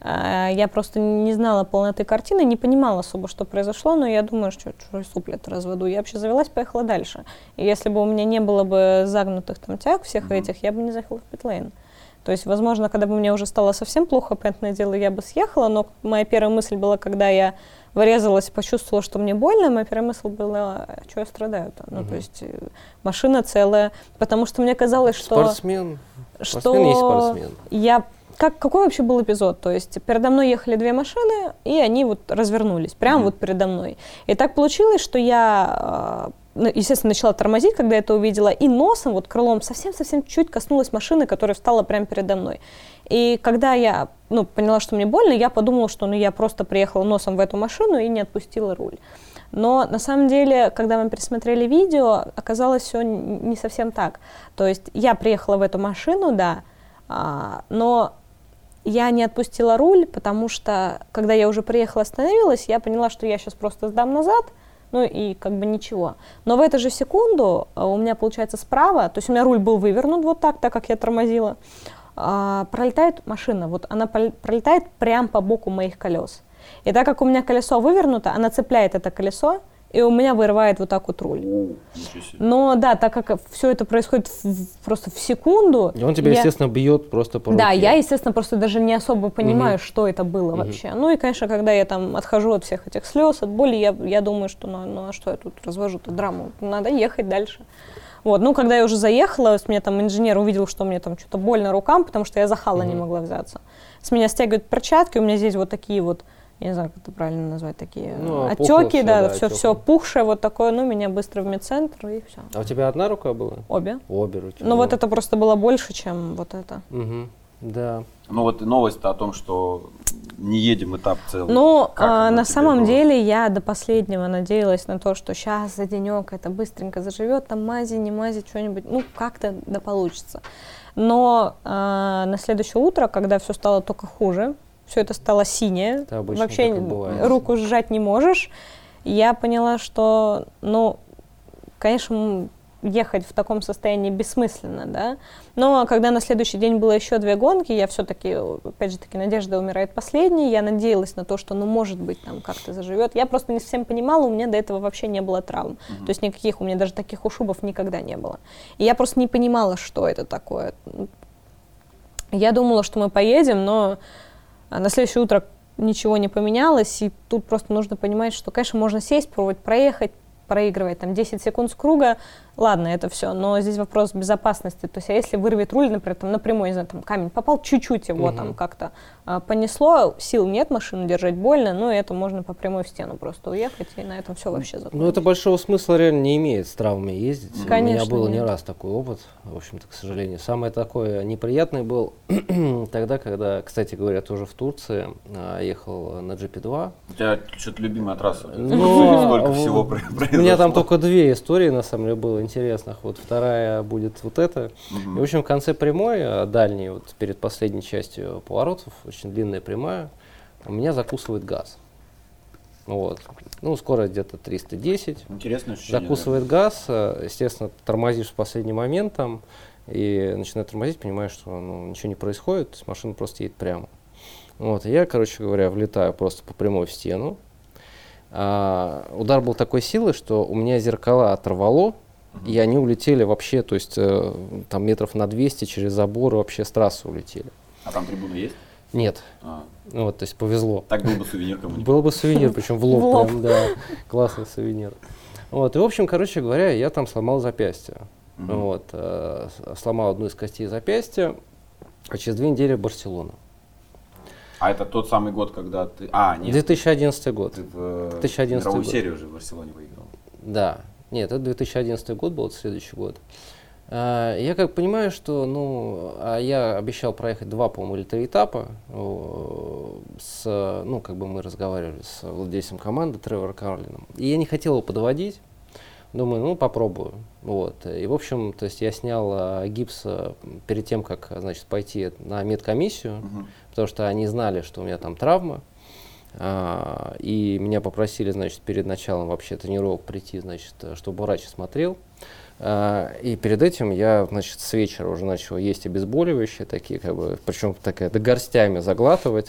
я просто не знала полноты картины, не понимала особо, что произошло, но я думаю, что сопли-то разводу. Я вообще завелась, поехала дальше. И если бы у меня не было бы загнутых там тяг всех этих, я бы не заехала в питлейн. То есть, возможно, когда бы мне уже стало совсем плохо, понятное дело, я бы съехала, но моя первая мысль была, когда я врезалась и почувствовала, что мне больно, моя первая мысль была, что я страдаю-то. Ну, то есть, машина целая, потому что мне казалось, что... Спортсмен есть спортсмен. Какой вообще был эпизод? То есть передо мной ехали две машины, и они вот развернулись, прямо вот передо мной. И так получилось, что я, естественно, начала тормозить, когда это увидела, и носом, вот крылом, совсем-совсем чуть коснулась машины, которая встала прямо передо мной. И когда я поняла, что мне больно, я подумала, что я просто приехала носом в эту машину и не отпустила руль. Но на самом деле, когда мы пересмотрели видео, оказалось все не совсем так. То есть я приехала в эту машину, да, но я не отпустила руль, потому что, когда я уже приехала, остановилась, я поняла, что я сейчас просто сдам назад, ну и как бы ничего. Но в эту же секунду у меня, получается, справа, то есть у меня руль был вывернут вот так как я тормозила, пролетает машина, вот она пролетает прямо по боку моих колес. И так как у меня колесо вывернуто, она цепляет это колесо, и у меня вырывает вот так вот руль. Но да, так как все это происходит просто в секунду... И он тебя, естественно, бьет просто по руке. Да, я, естественно, просто даже не особо понимаю, что это было вообще. Ну и, конечно, когда я там отхожу от всех этих слез, от боли, я думаю, что ну а что я тут развожу-то драму? Надо ехать дальше. Вот, ну, когда я уже заехала, с меня там инженер увидел, что мне там что-то больно рукам, потому что я за хала не могла взяться. С меня стягивают перчатки, у меня здесь вот такие вот, я не знаю, как это правильно назвать, такие отеки, да, все пухшее вот такое, ну, меня быстро в медцентр и все. А у тебя одна рука была? Обе. Обе руки. Ну, вот это просто было больше, чем вот это. Да. Ну, вот новость-то о том, что не едем этап целый. Ну, на самом деле я до последнего надеялась на то, что сейчас за денек это быстренько заживет, там мази, не мази, что-нибудь, ну, как-то да получится. Но на следующее утро, когда все стало только хуже, все это стало синее, вообще руку сжать не можешь, я поняла, что, ну, конечно, ехать в таком состоянии бессмысленно, да, но когда на следующий день было еще 2 гонки, я все-таки, опять же таки, надежда умирает последней, я надеялась на то, что, ну, может быть, там как-то заживет, я просто не совсем понимала, у меня до этого вообще не было травм, то есть никаких, у меня даже таких ушибов никогда не было, и я просто не понимала, что это такое. Я думала, что мы поедем, но на следующее утро ничего не поменялось, и тут просто нужно понимать, что, конечно, можно сесть, пробовать проехать, проигрывать там 10 секунд с круга, ладно, это все, но здесь вопрос безопасности, то есть, а если вырвет руль, например, там напрямую, не знаю, там камень попал, чуть-чуть его там как-то понесло, сил нет, машину держать больно, но это можно по прямой в стену просто уехать, и на этом все вообще закончится. Ну, это большого смысла реально не имеет с травмами ездить. Конечно, у меня был нет. не раз такой опыт, в общем-то, к сожалению. Самое такое неприятное был тогда, когда, кстати говоря, тоже в Турции ехал на GP2. У тебя что-то любимая трасса. Но столько всего произошло. У меня там только 2 истории, на самом деле, было интересных. Вот вторая будет вот эта. И, в общем, в конце прямой, дальней, вот перед последней частью поворотов, очень длинная прямая, у меня закусывает газ. Вот. Ну, скорость где-то 310. Интересное ощущение. Закусывает газ, естественно, тормозишь в последний момент там, и начинаю тормозить, понимаешь, что ничего не происходит, то есть машина просто едет прямо. Вот. И я, короче говоря, влетаю просто по прямой в стену. Удар был такой силы, что у меня зеркала оторвало, и они улетели вообще, то есть там метров на 200 через забор вообще с трассы улетели. А там трибуна есть? Нет. Вот, то есть повезло. Так был бы сувенир кому-нибудь. Был бы сувенир, причем в лоб. Прям, да, классный сувенир. Вот, и, в общем, короче говоря, я там сломал запястье. Вот, сломал одну из костей запястья, а через 2 недели Барселона. А это тот самый год, когда ты... нет. 2011 год. Ты в 2011 мировую год. серию уже в Барселоне выиграл. Да. Нет, это 2011 год был, это следующий год. Я как понимаю, что, я обещал проехать 2, по-моему, или 3 этапа. Как бы мы разговаривали с владельцем команды Тревором Карлином. И я не хотел его подводить. Думаю, попробую. Вот. И, в общем, то есть я снял гипс перед тем, как, значит, пойти на медкомиссию, потому что они знали, что у меня там травма. И меня попросили, значит, перед началом вообще тренировок прийти, значит, чтобы врач осмотрел. И перед этим я, значит, с вечера уже начал есть обезболивающие такие, как бы, причем такая горстями заглатывать.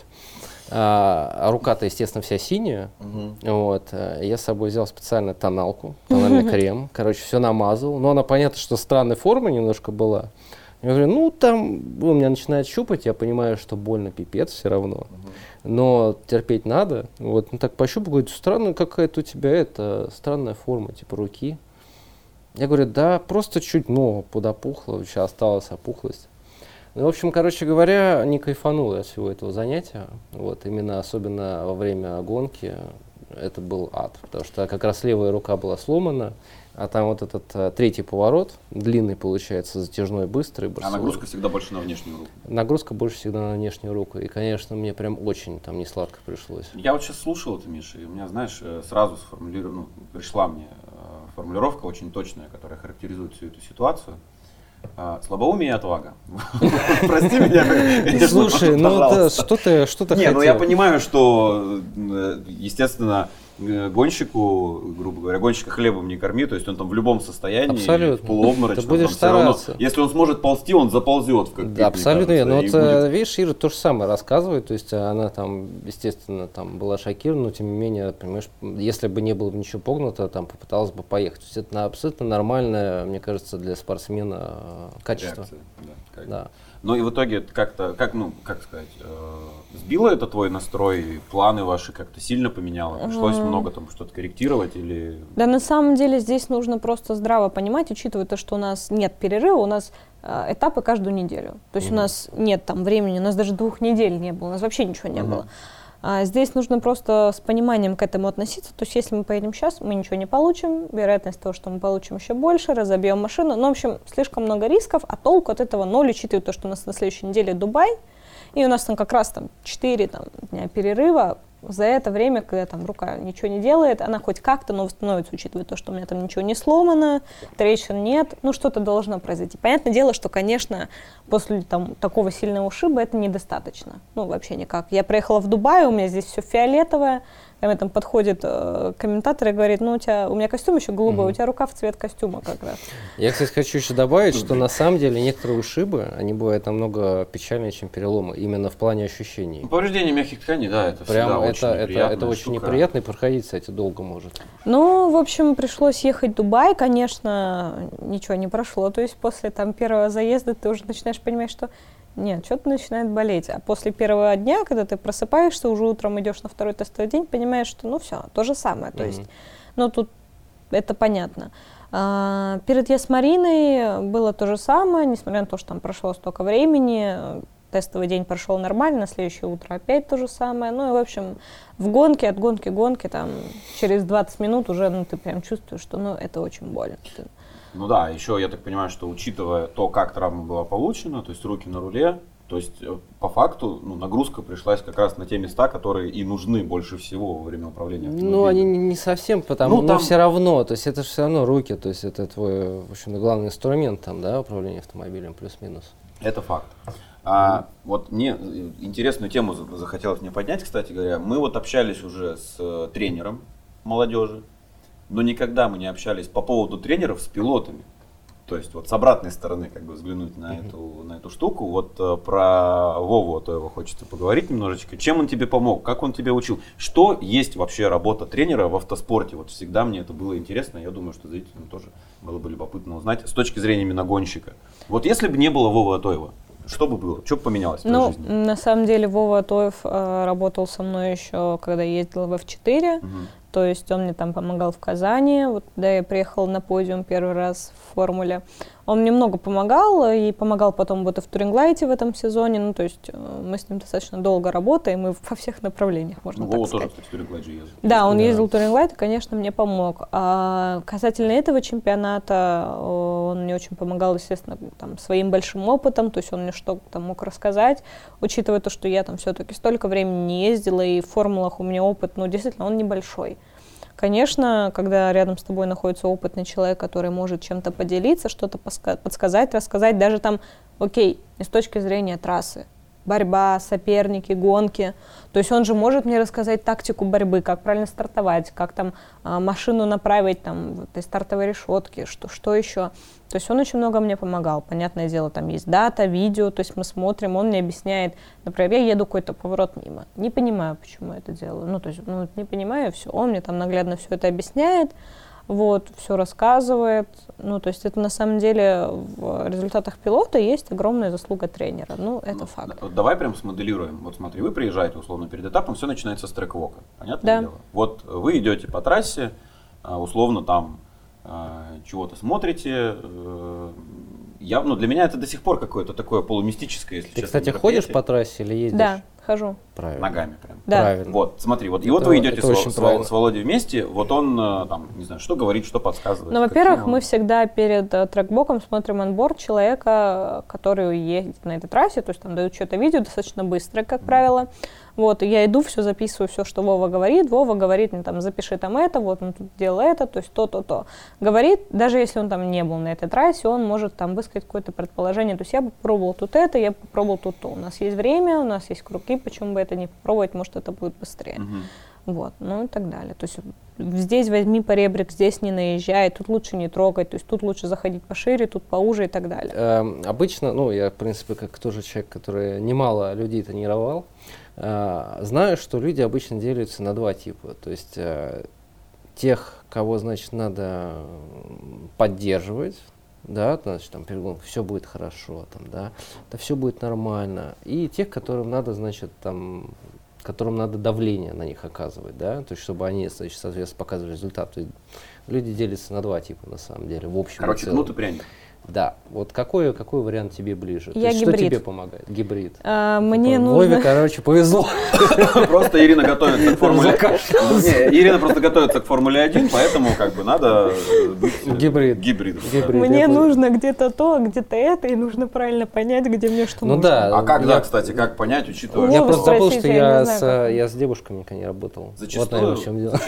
Рука-то, естественно, вся синяя. Вот. Я с собой взял специально тоналку, тональный крем. Короче, все намазал. Но она, понятно, что странной формы немножко была. Я говорю, там у меня начинает щупать, я понимаю, что больно пипец все равно. Но терпеть надо. Вот, так пощупал, говорит, странная какая-то у тебя странная форма, типа руки. Я говорю, да, просто чуть ногу подопухла, еще осталась опухлость. В общем, короче говоря, не кайфанул я от всего этого занятия. Вот, именно особенно во время гонки это был ад. Потому что как раз левая рука была сломана, а там вот этот 3-й поворот, длинный получается, затяжной, быстрый. А нагрузка всегда больше на внешнюю руку? Нагрузка больше всегда на внешнюю руку. И, конечно, мне прям очень там несладко пришлось. Я вот сейчас слушал это, Миша, и у меня, знаешь, сразу пришла мне формулировка очень точная, которая характеризует всю эту ситуацию. Слабоумие и отвага. Прости меня. Слушай, что ты хотел? Не, я понимаю, что, естественно, гонщику, грубо говоря, гонщика хлебом не корми, то есть он там в любом состоянии, абсолютно. В полуобморочном, ты будешь стараться. Равно, если он сможет ползти, он заползет в кокпит. Да, абсолютно. Но будет... видишь, Ира то же самое рассказывает, то есть она там, естественно, там была шокирована, но тем не менее, понимаешь, если бы не было ничего погнуто, там попыталась бы поехать. То есть это абсолютно нормальное, мне кажется, для спортсмена качество. Реакция, да. Ну и в итоге как сказать, сбило это твой настрой, планы ваши как-то сильно поменяло? Пришлось много там что-то корректировать или... Да, на самом деле здесь нужно просто здраво понимать, учитывая то, что у нас нет перерыва, у нас этапы каждую неделю. То есть у нас нет там времени, у нас даже 2 недель не было, у нас вообще ничего не было. Здесь нужно просто с пониманием к этому относиться. То есть если мы поедем сейчас, мы ничего не получим. Вероятность того, что мы получим еще больше, разобьем машину. Ну, в общем, слишком много рисков, а толку от этого 0, учитывая то, что у нас на следующей неделе Дубай, и у нас там как раз 4 дня перерыва. За это время, когда там рука ничего не делает, она хоть как-то, но восстановится, учитывая то, что у меня там ничего не сломано, трещин нет, что-то должно произойти. Понятное дело, что, конечно, после такого сильного ушиба это недостаточно. Вообще никак. Я приехала в Дубай, у меня здесь все фиолетовое, ко мне там подходит комментатор и говорит, у меня костюм еще голубой, у тебя рука в цвет костюма как раз. Я, кстати, хочу еще добавить, что на самом деле некоторые ушибы, они бывают намного печальнее, чем переломы, именно в плане ощущений. Повреждение мягких тканей, да, это прям всегда очень неприятная это очень штука. неприятно, и проходить, кстати, долго может. В общем, пришлось ехать в Дубай, конечно, ничего не прошло, то есть после первого заезда ты уже начинаешь понимать, что нет, что-то начинает болеть. А после первого дня, когда ты просыпаешься, уже утром идешь на второй тестовый день, понимаешь, что все, то же самое. То есть, тут это понятно. Перед Ясмариной было то же самое, несмотря на то, что там прошло столько времени, тестовый день прошел нормально, на следующее утро опять то же самое. И, в общем, в гонке, от гонки к гонке, через 20 минут уже ты прям чувствуешь, что это очень больно. Ну да, еще я так понимаю, что учитывая то, как травма была получена, то есть руки на руле, то есть по факту нагрузка пришлась как раз на те места, которые и нужны больше всего во время управления автомобилем. Они не совсем, но все равно, то есть это же все равно руки, то есть это твой, в общем, главный инструмент управления автомобилем, плюс-минус. Это факт. Вот мне интересную тему захотелось мне поднять, кстати говоря. Мы вот общались уже с тренером молодежи, но никогда мы не общались по поводу тренеров с пилотами. То есть вот с обратной стороны как бы взглянуть на эту штуку. Вот про Вову Атоева хочется поговорить немножечко. Чем он тебе помог? Как он тебя учил? Что есть вообще работа тренера в автоспорте? Вот всегда мне это было интересно. Я думаю, что зрителям тоже было бы любопытно узнать с точки зрения именно гонщика. Вот если бы не было Вовы Атоева, что бы было? Что бы поменялось в твоей жизни? На самом деле Вова Атоев работал со мной еще, когда я ездила в F4. То есть он мне там помогал в Казани, вот когда я приехала на подиум первый раз в формуле. Он мне много помогал, и помогал потом вот и в Туринглайте в этом сезоне. Ну, то есть мы с ним достаточно долго работаем, и во всех направлениях, можно так Вова сказать. тоже, кстати, в Туринглайт же ездил. Да, он ездил в Туринглайт, и, конечно, мне помог. А касательно этого чемпионата, он мне очень помогал, естественно, там, своим большим опытом, то есть он мне что-то мог рассказать, учитывая то, что я там все-таки столько времени не ездила, и в формулах у меня опыт, ну, действительно, он небольшой. Конечно, когда рядом с тобой находится опытный человек, который может чем-то поделиться, что-то подсказать, рассказать, даже там, окей, не с точки зрения трассы, борьба, соперники, гонки. То есть он же может мне рассказать тактику борьбы, как правильно стартовать, как там машину направить там, в этой стартовой решетке, что еще. То есть он очень много мне помогал. Понятное дело, там есть дата, видео, то есть мы смотрим, он мне объясняет. Например, я еду какой-то поворот мимо, не понимаю, почему я это делаю. Ну, то есть, не понимаю, все. Он мне там наглядно все это объясняет. Вот, все рассказывает. Ну, то есть это на самом деле в результатах пилота есть огромная заслуга тренера. Ну, это факт. Давай прям смоделируем. Вот смотри, вы приезжаете условно перед этапом, все начинается с трек-вока. Понятное дело? Вот вы идете по трассе, условно там чего-то смотрите. Для меня это до сих пор какое-то такое полумистическое, если честно. Ты, кстати, ходишь по трассе или ездишь? Да, хожу. Правильно. Ногами прям. Да. Правильно. Вот, смотри, вот, и вот вы идете с Володей вместе, вот он там, не знаю, что говорит, что подсказывает. Ну, во-первых, мы всегда перед трекбоком смотрим анборд человека, который едет на этой трассе, то есть там дают что-то видео достаточно быстро, как правило. Вот, и я иду, все записываю, все, что Вова говорит мне там, запиши там это, вот он тут делал это, то есть то. Говорит, даже если он там не был на этой трассе, он может там высказать какое-то предположение, то есть я попробовал тут это, я попробовал тут то. У нас есть время, у нас есть круги, почему бы это не попробовать, может, это будет быстрее. Вот, ну и так далее. То есть здесь возьми поребрик, здесь не наезжай, тут лучше не трогать, то есть тут лучше заходить пошире, тут поуже и так далее. Обычно, я, в принципе, как тоже человек, который немало людей тренировал, знаю, что люди обычно делятся на два типа. То есть тех, кого, значит, надо поддерживать, да, значит, там, перед гонкой все будет хорошо, там, да все будет нормально. И тех, которым надо, значит, там, которым надо давление на них оказывать, да, то есть чтобы они, значит, соответственно, показывали результат. То есть люди делятся на два типа, на самом деле, в общем. Короче, кнут и пряник. Да. Вот какой вариант тебе ближе? Я гибрид. Что тебе помогает? Гибрид. Мне нужно... Вове, короче, повезло. Просто Ирина готовится к Формуле 1. Ирина просто готовится к Формуле 1, поэтому как бы надо быть гибридом. Мне нужно где-то то, где-то это, и нужно правильно понять, где мне что нужно. Да. А как, кстати, как понять, учитывая... Я просто забыл, что я с девушками никогда не работал. Зачастую,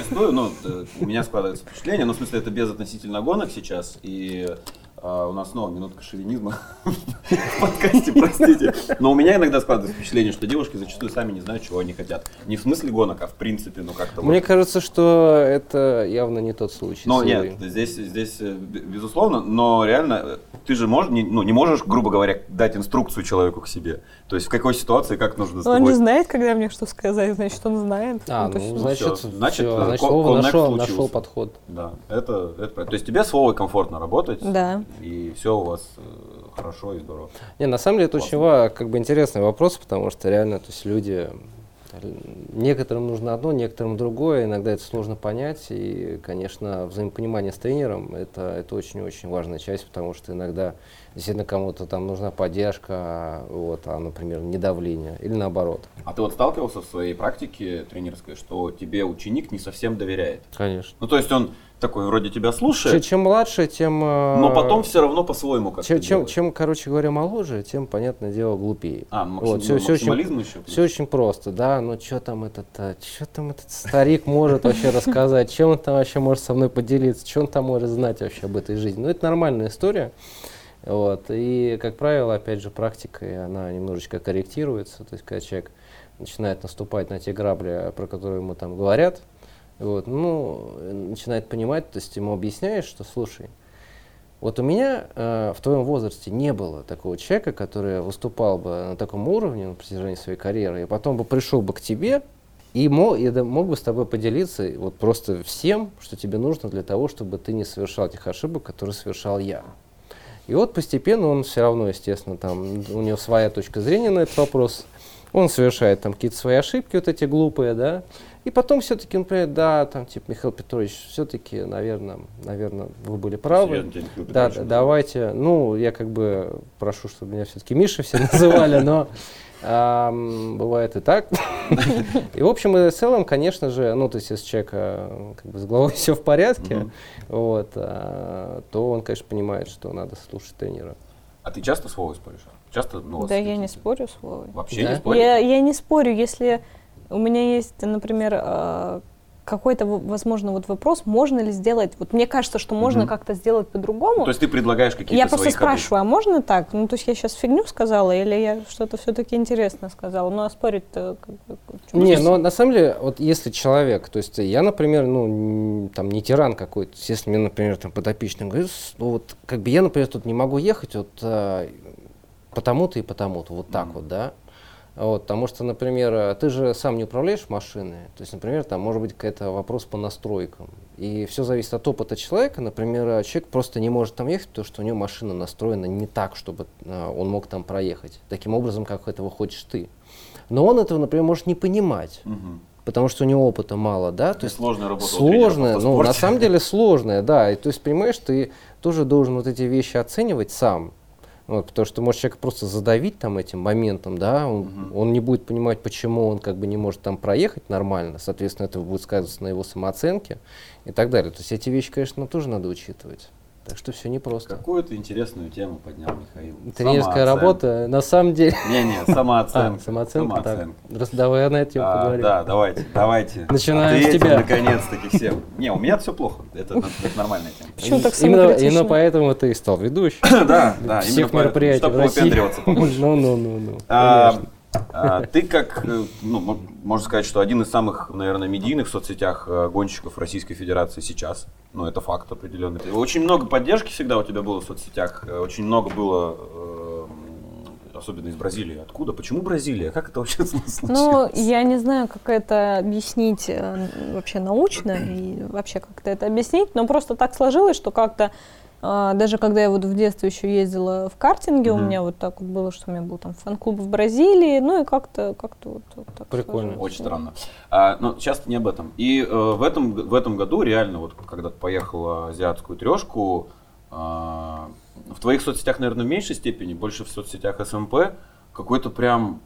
у меня складывается впечатление, в смысле, это без относительно гонок сейчас, и... У нас снова минутка шовинизма в подкасте, простите. Но у меня иногда складывается впечатление, что девушки зачастую сами не знают, чего они хотят. Не в смысле гонок, а в принципе, как-то. Мне кажется, что это явно не тот случай. Но нет, здесь безусловно, но реально ты же не можешь, грубо говоря, дать инструкцию человеку к себе. То есть в какой ситуации, как нужно с тобой. Он не знает, когда мне что сказать, значит, он знает. Значит, Вова нашел подход. Да, это правильно. То есть тебе с Вовой комфортно работать. Да. И все у вас хорошо и здорово. На самом деле это очень интересный вопрос, потому что реально, то есть люди, некоторым нужно одно, некоторым другое, иногда это сложно понять, и, конечно, взаимопонимание с тренером это очень-очень важная часть, потому что иногда действительно кому-то там нужна поддержка, например, не давление, или наоборот. А ты сталкивался в своей практике тренерской, что тебе ученик не совсем доверяет? Конечно. То есть он такой вроде тебя слушает. Чем младше, тем... Но потом все равно по-своему как-то чем, короче говоря, моложе, тем, понятное дело, глупее. Максимализм еще? Все очень просто, да. Что там этот старик может вообще рассказать, чем он там вообще может со мной поделиться, что он там может знать вообще об этой жизни. Это нормальная история. Вот. И, как правило, опять же, практикой она немножечко корректируется. То есть, когда человек начинает наступать на те грабли, про которые ему там говорят, вот, ну, начинает понимать, то есть ему объясняешь, что, слушай, вот у меня в твоем возрасте не было такого человека, который выступал бы на таком уровне на протяжении своей карьеры, и потом бы пришел бы к тебе и мог бы с тобой поделиться вот просто всем, что тебе нужно для того, чтобы ты не совершал этих ошибок, которые совершал я. И вот постепенно он все равно, естественно, там у него своя точка зрения на этот вопрос, он совершает там какие-то свои ошибки, вот эти глупые, да, и потом все-таки он понимает, да, там, типа, Михаил Петрович, все-таки, наверное, вы были правы. Да, давайте, ну, я как бы прошу, чтобы меня все-таки Миша все называли, но бывает и так. И, в общем и целом, конечно же, ну, то есть, если человека как бы с головой все в порядке, вот, то он, конечно, понимает, что надо слушать тренера. А ты часто с Вовой споришь? Часто, ну, да, я не спорю с Вовой. Вообще Да? не спорю? Я не спорю, если у меня есть, например, какой-то, возможно, вот вопрос, можно ли сделать, вот мне кажется, что можно как-то сделать по-другому. То есть ты предлагаешь какие-то Я свои просто спрашиваю, а можно так? Ну, то есть я сейчас фигню сказала или я что-то все-таки интересное сказала? Ну, а спорить-то... Не, но на самом деле, вот если человек, то есть я, например, ну, там, не тиран какой-то, если мне, например, там, подопечный говорит, ну, вот, как бы я, например, тут не могу ехать вот потому-то и потому-то, вот так вот, да. Вот, потому что, например, ты же сам не управляешь машиной, то есть, например, там может быть какой-то вопрос по настройкам. И все зависит от опыта человека. Например, человек просто не может там ехать, потому что у него машина настроена не так, чтобы он мог там проехать, таким образом, как этого хочешь ты. Но он этого, например, может не понимать. Потому что у него опыта мало, да? То есть сложная работа. Сложная, ну, на самом деле сложная, да. И, то есть, понимаешь, ты тоже должен вот эти вещи оценивать сам. Вот, потому что может человек просто задавить там этим моментом, да, он не будет понимать, почему он как бы не может там проехать нормально, соответственно, это будет сказываться на его самооценке и так далее. То есть эти вещи, конечно, тоже надо учитывать. Так что все непросто. Какую ты интересную тему поднял, Михаил. Тренерская работа, на самом деле. Не, самооценка. Самооценка, так. Давай на эту тему поговорим. Да, давайте. Начинаем с тебя. Наконец-таки всем. Не, у меня все плохо, это нормальная тема. Почему так самокритично? Именно поэтому ты и стал ведущим. Да, всех мероприятий в России. Ну. Ты как, ну, можно сказать, что один из самых, наверное, медийных в соцсетях гонщиков Российской Федерации сейчас. Ну, это факт определенный. Очень много поддержки всегда у тебя было в соцсетях. Очень много было, особенно из Бразилии. Откуда? Почему Бразилия? Как это вообще случилось? Ну, я не знаю, как это объяснить вообще научно и вообще как-то это объяснить, но просто так сложилось, что как-то даже когда я вот в детстве еще ездила в картинге, у меня вот так вот было, что у меня был там фан-клуб в Бразилии, ну и как-то вот так. Прикольно. Сложилось. Очень странно. Но сейчас не об этом. И в этом году реально, вот когда ты поехала азиатскую трешку, в твоих соцсетях, наверное, в меньшей степени, больше в соцсетях СМП, какой-то прям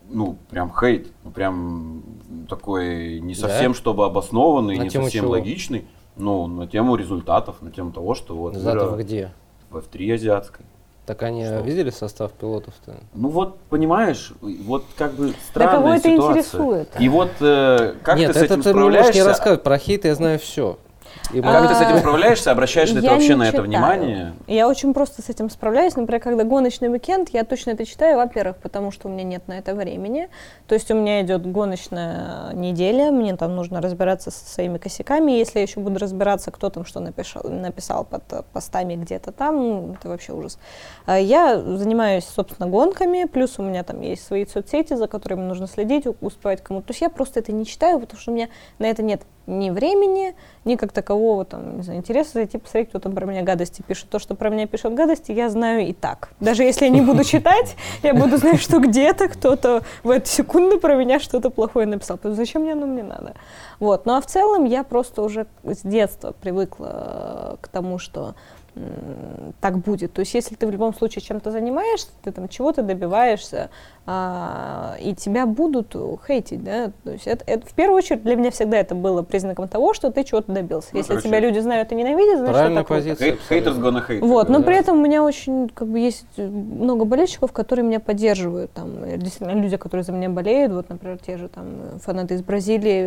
хейт, прям такой не совсем, чтобы обоснованный, не совсем логичный. Ну, на тему результатов, на тему того, что вот... Результатов где? В F3 азиатской. Так они видели состав пилотов-то? Ну вот, понимаешь, вот как бы странная ситуация. Да кого это интересует? И вот как Нет, ты с этим ты справляешься? можешь не рассказывать, про хейт я знаю все. Как ты с этим справляешься? Обращаешь ли ты вообще на это внимание? Я очень просто с этим справляюсь. Например, когда гоночный уикенд, я точно это читаю, во-первых, потому что у меня нет на это времени. То есть у меня идет гоночная неделя, мне там нужно разбираться со своими косяками. Если я еще буду разбираться, кто там что написал под постами где-то там, ну, это вообще ужас. Я занимаюсь, собственно, гонками, плюс у меня там есть свои соцсети, за которыми нужно следить, успевать кому-то. То есть я просто это не читаю, потому что у меня на это нет ни времени, ни как такового там, не знаю, интереса зайти посмотреть, кто там про меня гадости пишет. То, что про меня пишут гадости, я знаю и так. Даже если я не буду читать, я буду знать, что где-то кто-то в эту секунду про меня что-то плохое написал. То есть зачем мне оно мне надо? Вот. Ну а в целом я просто уже с детства привыкла к тому, что так будет. То есть если ты в любом случае чем-то занимаешься, ты там чего-то добиваешься, и тебя будут хейтить, да, то есть это в первую очередь для меня всегда это было признаком того, что ты чего-то добился. Ну, если тебя люди знают и ненавидят, значит, правильная это круто. позиция. Haters gonna hate. Вот, но при этом у меня очень, как бы, есть много болельщиков, которые меня поддерживают, там, действительно, люди, которые за меня болеют, вот, например, те же там фанаты из Бразилии,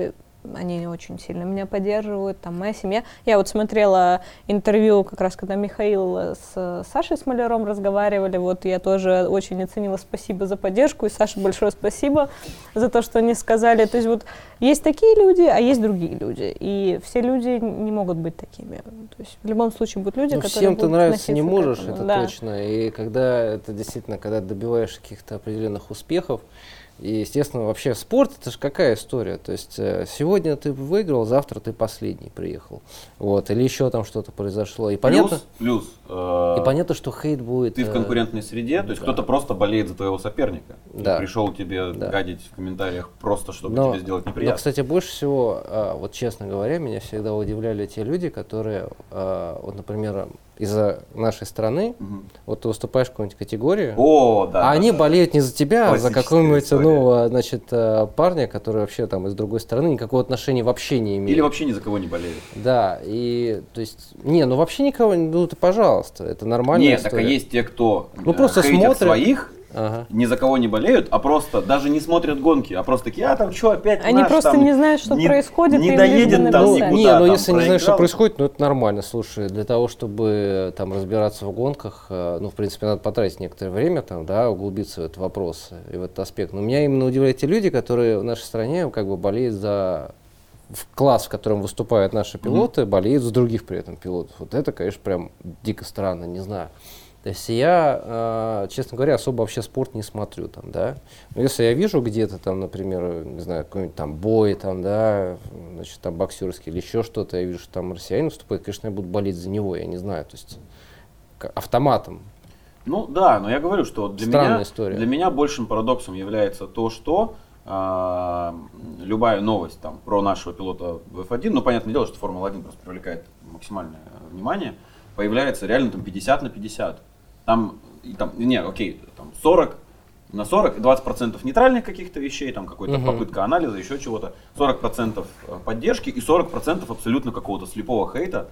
они очень сильно меня поддерживают, там моя семья. Я вот смотрела интервью, как раз когда Михаил с Сашей Смоляром разговаривали, вот я тоже очень оценила, спасибо за поддержку, и Саше большое спасибо за то, что они сказали. То есть вот есть такие люди, а есть другие люди, и все люди не могут быть такими. То есть в любом случае будут люди, которые всем ты будут нравиться не относиться к можешь, этому. это точно, и когда это действительно, когда добиваешь каких-то определенных успехов, и, естественно, вообще спорт — это же какая история? То есть сегодня ты выиграл, завтра ты последний приехал. Вот, или еще там что-то произошло. И понятно, Плюс и понятно, что хейт будет... ты в конкурентной среде, то есть кто-то просто болеет за твоего соперника. Да. И пришел тебе гадить в комментариях просто, чтобы тебе сделать неприятно. Но, кстати, больше всего, вот честно говоря, меня всегда удивляли те люди, которые, вот, например, из-за нашей страны, вот ты выступаешь в какой-нибудь категории, а они болеют не за тебя, а за какого-нибудь парня, который вообще там из другой страны никакого отношения вообще не имеет. Или вообще ни за кого не болеет. Да, и то есть, вообще никого, ты, пожалуйста, это нормальная история. Так есть те, кто просто хейтят смотрят своих, ни за кого не болеют, а просто даже не смотрят гонки, а просто такие, там что, опять они наш, просто там, не знают, что происходит. Не доедет там никуда. Если не знаешь, что происходит, это нормально, слушай, для того, чтобы там разбираться в гонках, в принципе, надо потратить некоторое время, там, да, углубиться в этот вопрос и в этот аспект. Но меня именно удивляют те люди, которые в нашей стране как бы болеют за класс, в котором выступают наши пилоты, болеют за других при этом пилотов. Вот это, конечно, прям дико странно, не знаю. То есть я, честно говоря, особо вообще спорт не смотрю там, да. Но если я вижу где-то там, например, не знаю, какой-нибудь там бой там, да, значит, там боксерский или еще что-то, я вижу, что там россиянин выступает, конечно, я буду болеть за него, я не знаю, то есть автоматом. Да, но я говорю, что для меня большим парадоксом является то, что любая новость там про нашего пилота в F1, понятное дело, что Формула-1 просто привлекает максимальное внимание, появляется реально там 50 на 50. Там 40 на 40, 20% нейтральных каких-то вещей, там какой-то попытка анализа, еще чего-то, 40% поддержки и 40% абсолютно какого-то слепого хейта,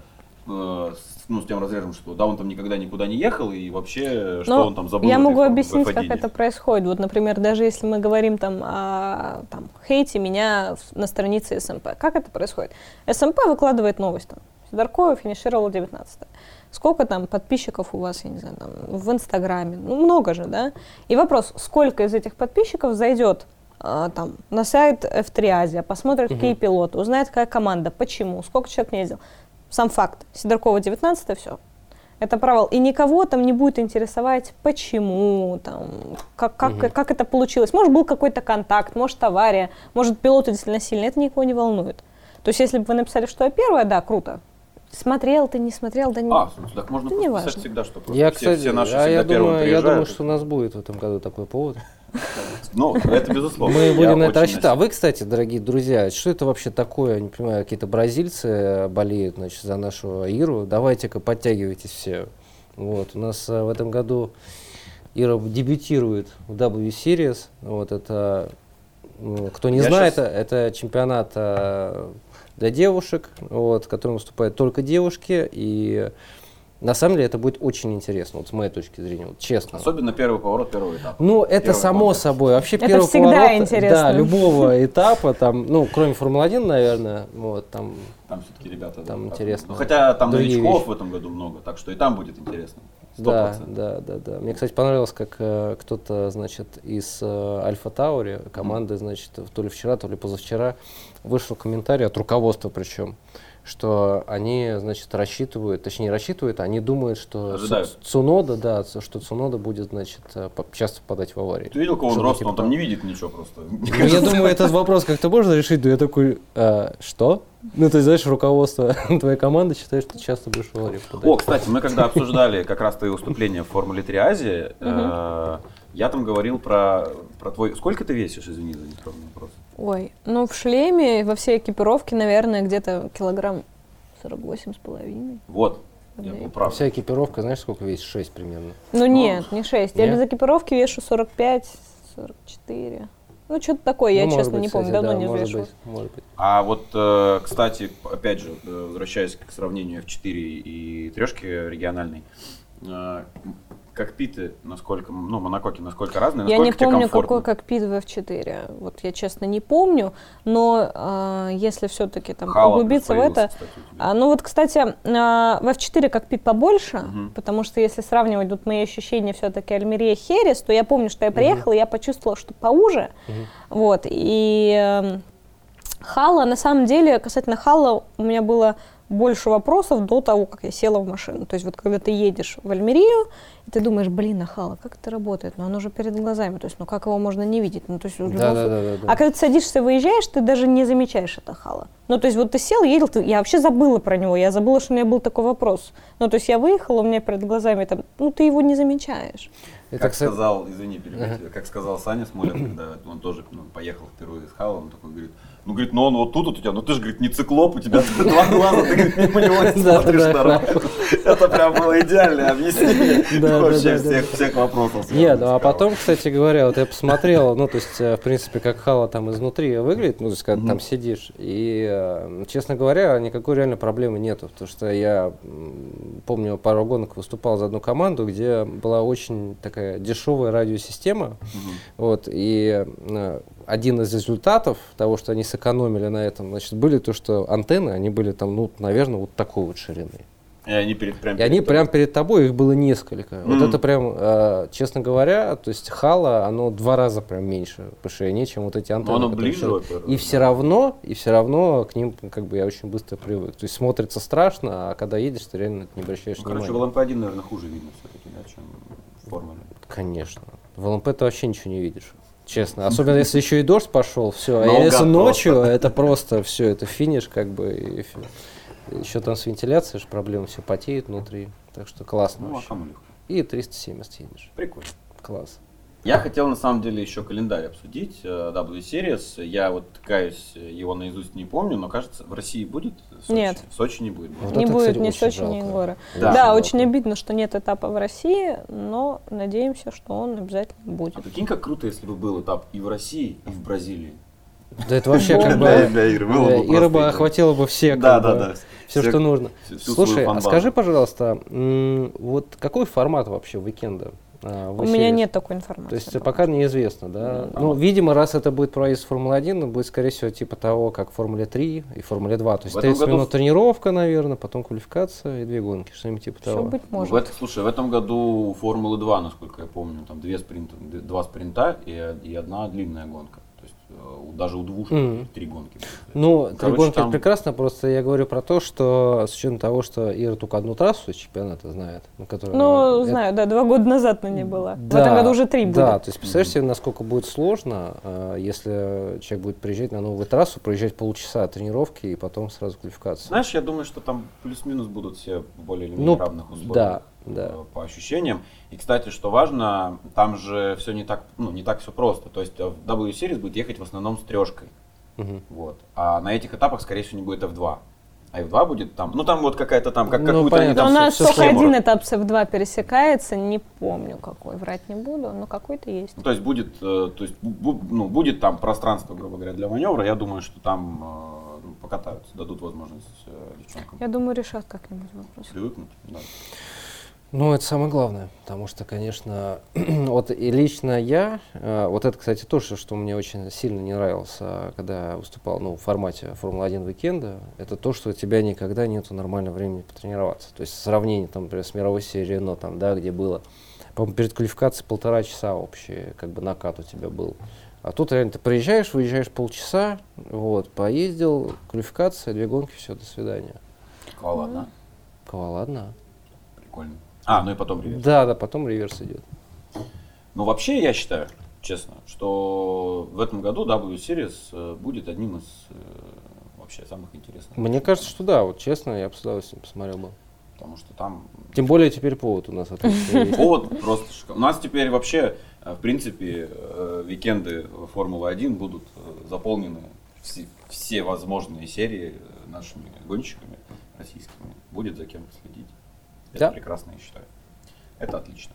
с тем разрезом, что он там никогда никуда не ехал и вообще, что он там забыл. Я могу объяснить, как это происходит. Вот, например, даже если мы говорим там о хейте меня на странице СМП, как это происходит? СМП выкладывает новость там. Сидоркова финишировал 19-е. Сколько там подписчиков у вас, я не знаю, там, в Инстаграме? Много же, да? И вопрос, сколько из этих подписчиков зайдет там, на сайт F3 Азия, посмотрит, какие пилоты, узнает, какая команда, почему, сколько человек не ездил. Сам факт. Сидоркова 19-е, все. Это провал. И никого там не будет интересовать, почему, там, как это получилось. Может, был какой-то контакт, может, авария, может, пилот действительно сильный. Это никого не волнует. То есть, если бы вы написали, что я первая, да, круто. Смотрел ты, не смотрел, да не. Так можно писать всегда, что все наши всегда первые приезжают. Я думаю, что у нас будет в этом году такой повод. Это безусловно. Мы будем на это рассчитывать. А вы, кстати, дорогие друзья, что это вообще такое? Я не понимаю, какие-то бразильцы болеют, значит, за нашу Иру. Давайте-ка подтягивайтесь все. Вот. У нас в этом году Ира дебютирует в W-Series. Вот это, кто не знает, это чемпионат для девушек, в котором выступают только девушки, и на самом деле это будет очень интересно, с моей точки зрения, честно. Особенно первый поворот первого этапа. Это само собой. Вообще это первый всегда поворот, интересно. Любого этапа, там, кроме Формулы-1, наверное, там все-таки ребята. Там интересно. Хотя там новичков в этом году много, так что и там будет интересно. 100%. Да. Мне, кстати, понравилось, как кто-то, значит, из Альфа Таури команды, значит, то ли вчера, то ли позавчера вышел комментарий от руководства, причем, что они, значит, они думают, что Цунода будет, значит, часто попадать в аварии. Ты видел, какого он роста? Он там не видит ничего просто. Я думаю, этот вопрос как-то можно решить, но я такой, что? То есть, знаешь, руководство твоей команды считает, что ты часто будешь в аварии попадать. Кстати, мы когда обсуждали как раз твои выступления в Формуле 3 Азия, я там говорил про твой... Сколько ты весишь, извини за нескромный вопрос? В шлеме, во всей экипировке, наверное, где-то килограмм 48,5. Вот, я был прав. Вся экипировка, знаешь, сколько весит? 6 примерно. Нет, не 6. Я без экипировки вешу 45, 44. Что-то такое, я честно не помню, давно не взвешивала. Может быть. А вот, кстати, опять же, возвращаясь к сравнению F4 и трешки региональной, кокпиты, насколько, ну, монококи, насколько разные, Я насколько не тебе помню, комфортно? какой кокпит в F4. Вот я честно не помню, но если все-таки там углубиться в это... Ну вот, кстати, в F4 кокпит побольше, потому что если сравнивать вот мои ощущения все-таки Альмерия Херес, то я помню, что я приехала, и я почувствовала, что поуже. Вот, и Хала, на самом деле, касательно Хала, у меня было больше вопросов до того, как я села в машину. То есть вот когда ты едешь в Альмерию, и ты думаешь, блин, а Хала, как это работает? Ну, оно же перед глазами, то есть, ну, как его можно не видеть? Ну, то есть, А когда ты садишься, выезжаешь, ты даже не замечаешь это Хала. Ну, то есть, вот ты сел, едел, я вообще забыла про него, я забыла, что у меня был такой вопрос. Ну, то есть, я выехала, у меня перед глазами там, ну, ты его не замечаешь. Как сказал, извини, перебью, как сказал Саня Смолер, когда он тоже поехал впервые с Хала, он такой говорит, ну, он вот тут у тебя, ну ты же, говорит, не циклоп, у тебя два глаза, ты, говорит, мимо него не смотришь нормально. Это прям было идеальное объяснение вообще всех вопросов. Нет, ну а потом, кстати говоря, вот я посмотрел, ну, то есть, в принципе, как Хала там изнутри выглядит, ну, то есть, когда ты там сидишь, и, честно говоря, никакой реальной проблемы нету, потому что я помню, пару гонок выступал за одну команду, где была очень такая дешевая радиосистема, вот, и один из результатов того, что они сэкономили на этом, значит, были то, что антенны, они были там, ну, наверное, вот такой вот ширины. И они прям перед тобой, их было несколько. Вот это прям, честно говоря, то есть Хала, оно 2 раза прям меньше по ширине, чем вот эти антенны. Но оно ближе, во-первых. И все равно к ним как бы я очень быстро привык. То есть смотрится страшно, а когда едешь, ты реально не обращаешь внимания. Короче, в LMP1, наверное, хуже видно все-таки, да, чем в формуле. Конечно. В LMP ты вообще ничего не видишь. Честно. Особенно если еще и дождь пошел, все. А если ночью, это просто все, это финиш, как бы. Еще там с вентиляцией же проблемы, все потеет внутри. Так что классно. Ну, а кому легко. И 370 едешь. Прикольно. Класс. Я хотел на самом деле еще календарь обсудить W-Series. Я вот каюсь, его наизусть не помню, но кажется, в России будет Сочи? Нет. В Сочи не будет. Вот не это, будет кстати, ни очень Сочи, жалко. ни горы. Да, Да, жалко. очень обидно, что нет этапа в России, но надеемся, что он обязательно будет. А прикинь, как круто, если бы был этап и в России, и в Бразилии. Да это вообще как бы... Для Иры было бы Ира бы просто охватила бы все, Да. все, что нужно. всю Слушай, свою а фан-базу. скажи, пожалуйста, вот какой формат вообще уикенда? У меня нет такой информации. То есть пока неизвестно, да? Да. Ну, видимо, раз это будет проезд Формулы-1, то будет, скорее всего, типа того, как в Формуле 3 и Формуле 2. То есть В этом 30 году- минут тренировка, наверное, потом квалификация и 2 гонки, что-нибудь типа Все того. быть может. Слушай, в этом году у Формулы 2, насколько я помню, там 2 спринта и 1 длинная гонка. То есть даже у двушки 3 гонки. Ну, 3 Короче, гонки там- прекрасно, просто я говорю про то, что с учетом того, что Ира только одну трассу из чемпионата знает. Ну, знаю, да, 2 года назад на ней была. В Да, этом году уже 3 будет. Да, то есть представляешь себе, насколько будет сложно, если человек будет приезжать на новую трассу, проезжать полчаса тренировки и потом сразу квалификация. Знаешь, я думаю, что там плюс-минус будут все в более или менее Ну, равных условиях. да. По ощущениям. И, кстати, что важно, там же все не так все просто. То есть в W-Series будет ехать в основном с трешкой. Мгм. Вот. А на этих этапах, скорее всего, не будет F2. А F2 будет там, ну там вот какая-то там, Ну, какую-то они понятно. Но там у нас всё только схему один этап с F2 пересекается, не помню какой, врать не буду, но какой-то есть. Ну, то есть будет, будет там пространство, грубо говоря, для маневра. Я думаю, что там покатаются, дадут возможность девчонкам Я думаю, решат как-нибудь вопрос. привыкнуть. Да. Ну, это самое главное, потому что, конечно, вот и лично я, вот это, кстати, тоже, что мне очень сильно не нравилось, когда я выступал, в формате Формулы-1 уикенда, это то, что у тебя никогда нету нормального времени потренироваться. То есть сравнение, там, например, с мировой серией Рено, там, да, где было, по-моему, перед квалификацией 1,5 часа общий, как бы, накат у тебя был. А тут реально ты приезжаешь, выезжаешь полчаса, вот, поездил, квалификация, 2 гонки, все, до свидания. Ладно, Ладно. прикольно. Ну и потом реверс. Да, потом реверс идет. Ну, вообще, я считаю, честно, что в этом году W-Series будет одним из вообще самых интересных. Мне кажется, что да, вот честно, я бы с удовольствием посмотрел бы. Потому что там... Тем более теперь повод у нас отличный есть. Повод просто шикарный. У нас теперь вообще, в принципе, уикенды Формулы-1 будут заполнены все возможные серии нашими гонщиками российскими. Будет за кем следить. Это Да. прекрасно, я считаю. Это отлично.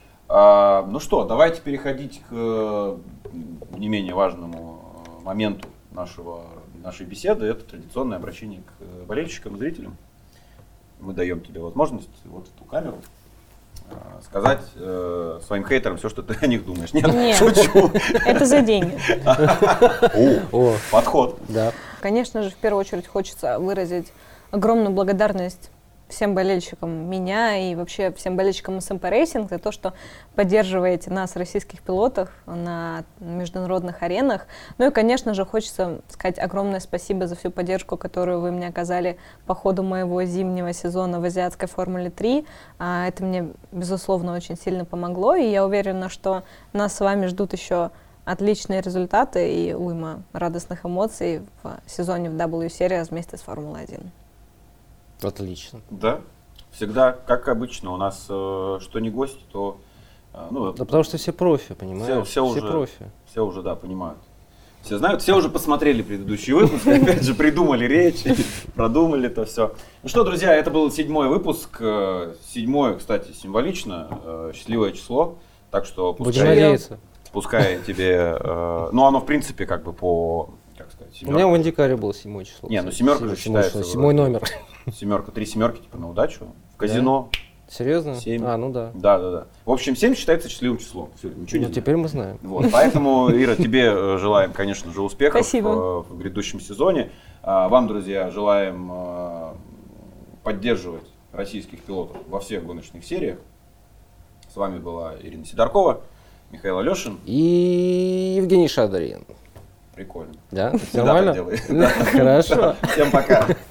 Ну что, давайте переходить к не менее важному моменту нашей беседы. Это традиционное обращение к болельщикам и зрителям. Мы даем тебе возможность вот в ту камеру сказать своим хейтерам все, что ты о них думаешь. Нет, Нет. шучу. Это за деньги. О, Подход. да. Конечно же, в первую очередь хочется выразить огромную благодарность всем болельщикам меня и вообще всем болельщикам СМП Racing за то, что поддерживаете нас, российских пилотов, на международных аренах. Ну и, конечно же, хочется сказать огромное спасибо за всю поддержку, которую вы мне оказали по ходу моего зимнего сезона в азиатской Формуле 3. Это мне, безусловно, очень сильно помогло, и я уверена, что нас с вами ждут еще отличные результаты и уйма радостных эмоций в сезоне в W-Series вместе с Формулой-1. Отлично. Да, всегда, как обычно, у нас что не гость, то... Да потому что все профи, понимаешь? Все уже, профи. Все уже, да, понимают. Все знают, все уже посмотрели предыдущий выпуск, опять же придумали речь, продумали это все. Ну что, друзья, это был 7-й выпуск. 7-й, кстати, символично, счастливое число. Так что Будем надеяться. Пускай тебе... Ну, оно, в принципе, как бы по... Как сказать, У меня в Индикаре было 7 число. Не, ну семерка же считается. 7 номер. Семерка, 3 семерки, типа на удачу. В казино. Серьезно? 7. Ну да. Да. В общем, 7 считается счастливым числом. Все, ничего не знаю. Теперь мы знаем. Вот, поэтому, Ира, тебе желаем, конечно же, успехов Спасибо. в грядущем сезоне. Вам, друзья, желаем поддерживать российских пилотов во всех гоночных сериях. С вами была Ирина Сидоркова, Михаил Алешин и Евгений Шадрин. Прикольно. Да? Всегда Нормально? так делай. Хорошо. Всем пока.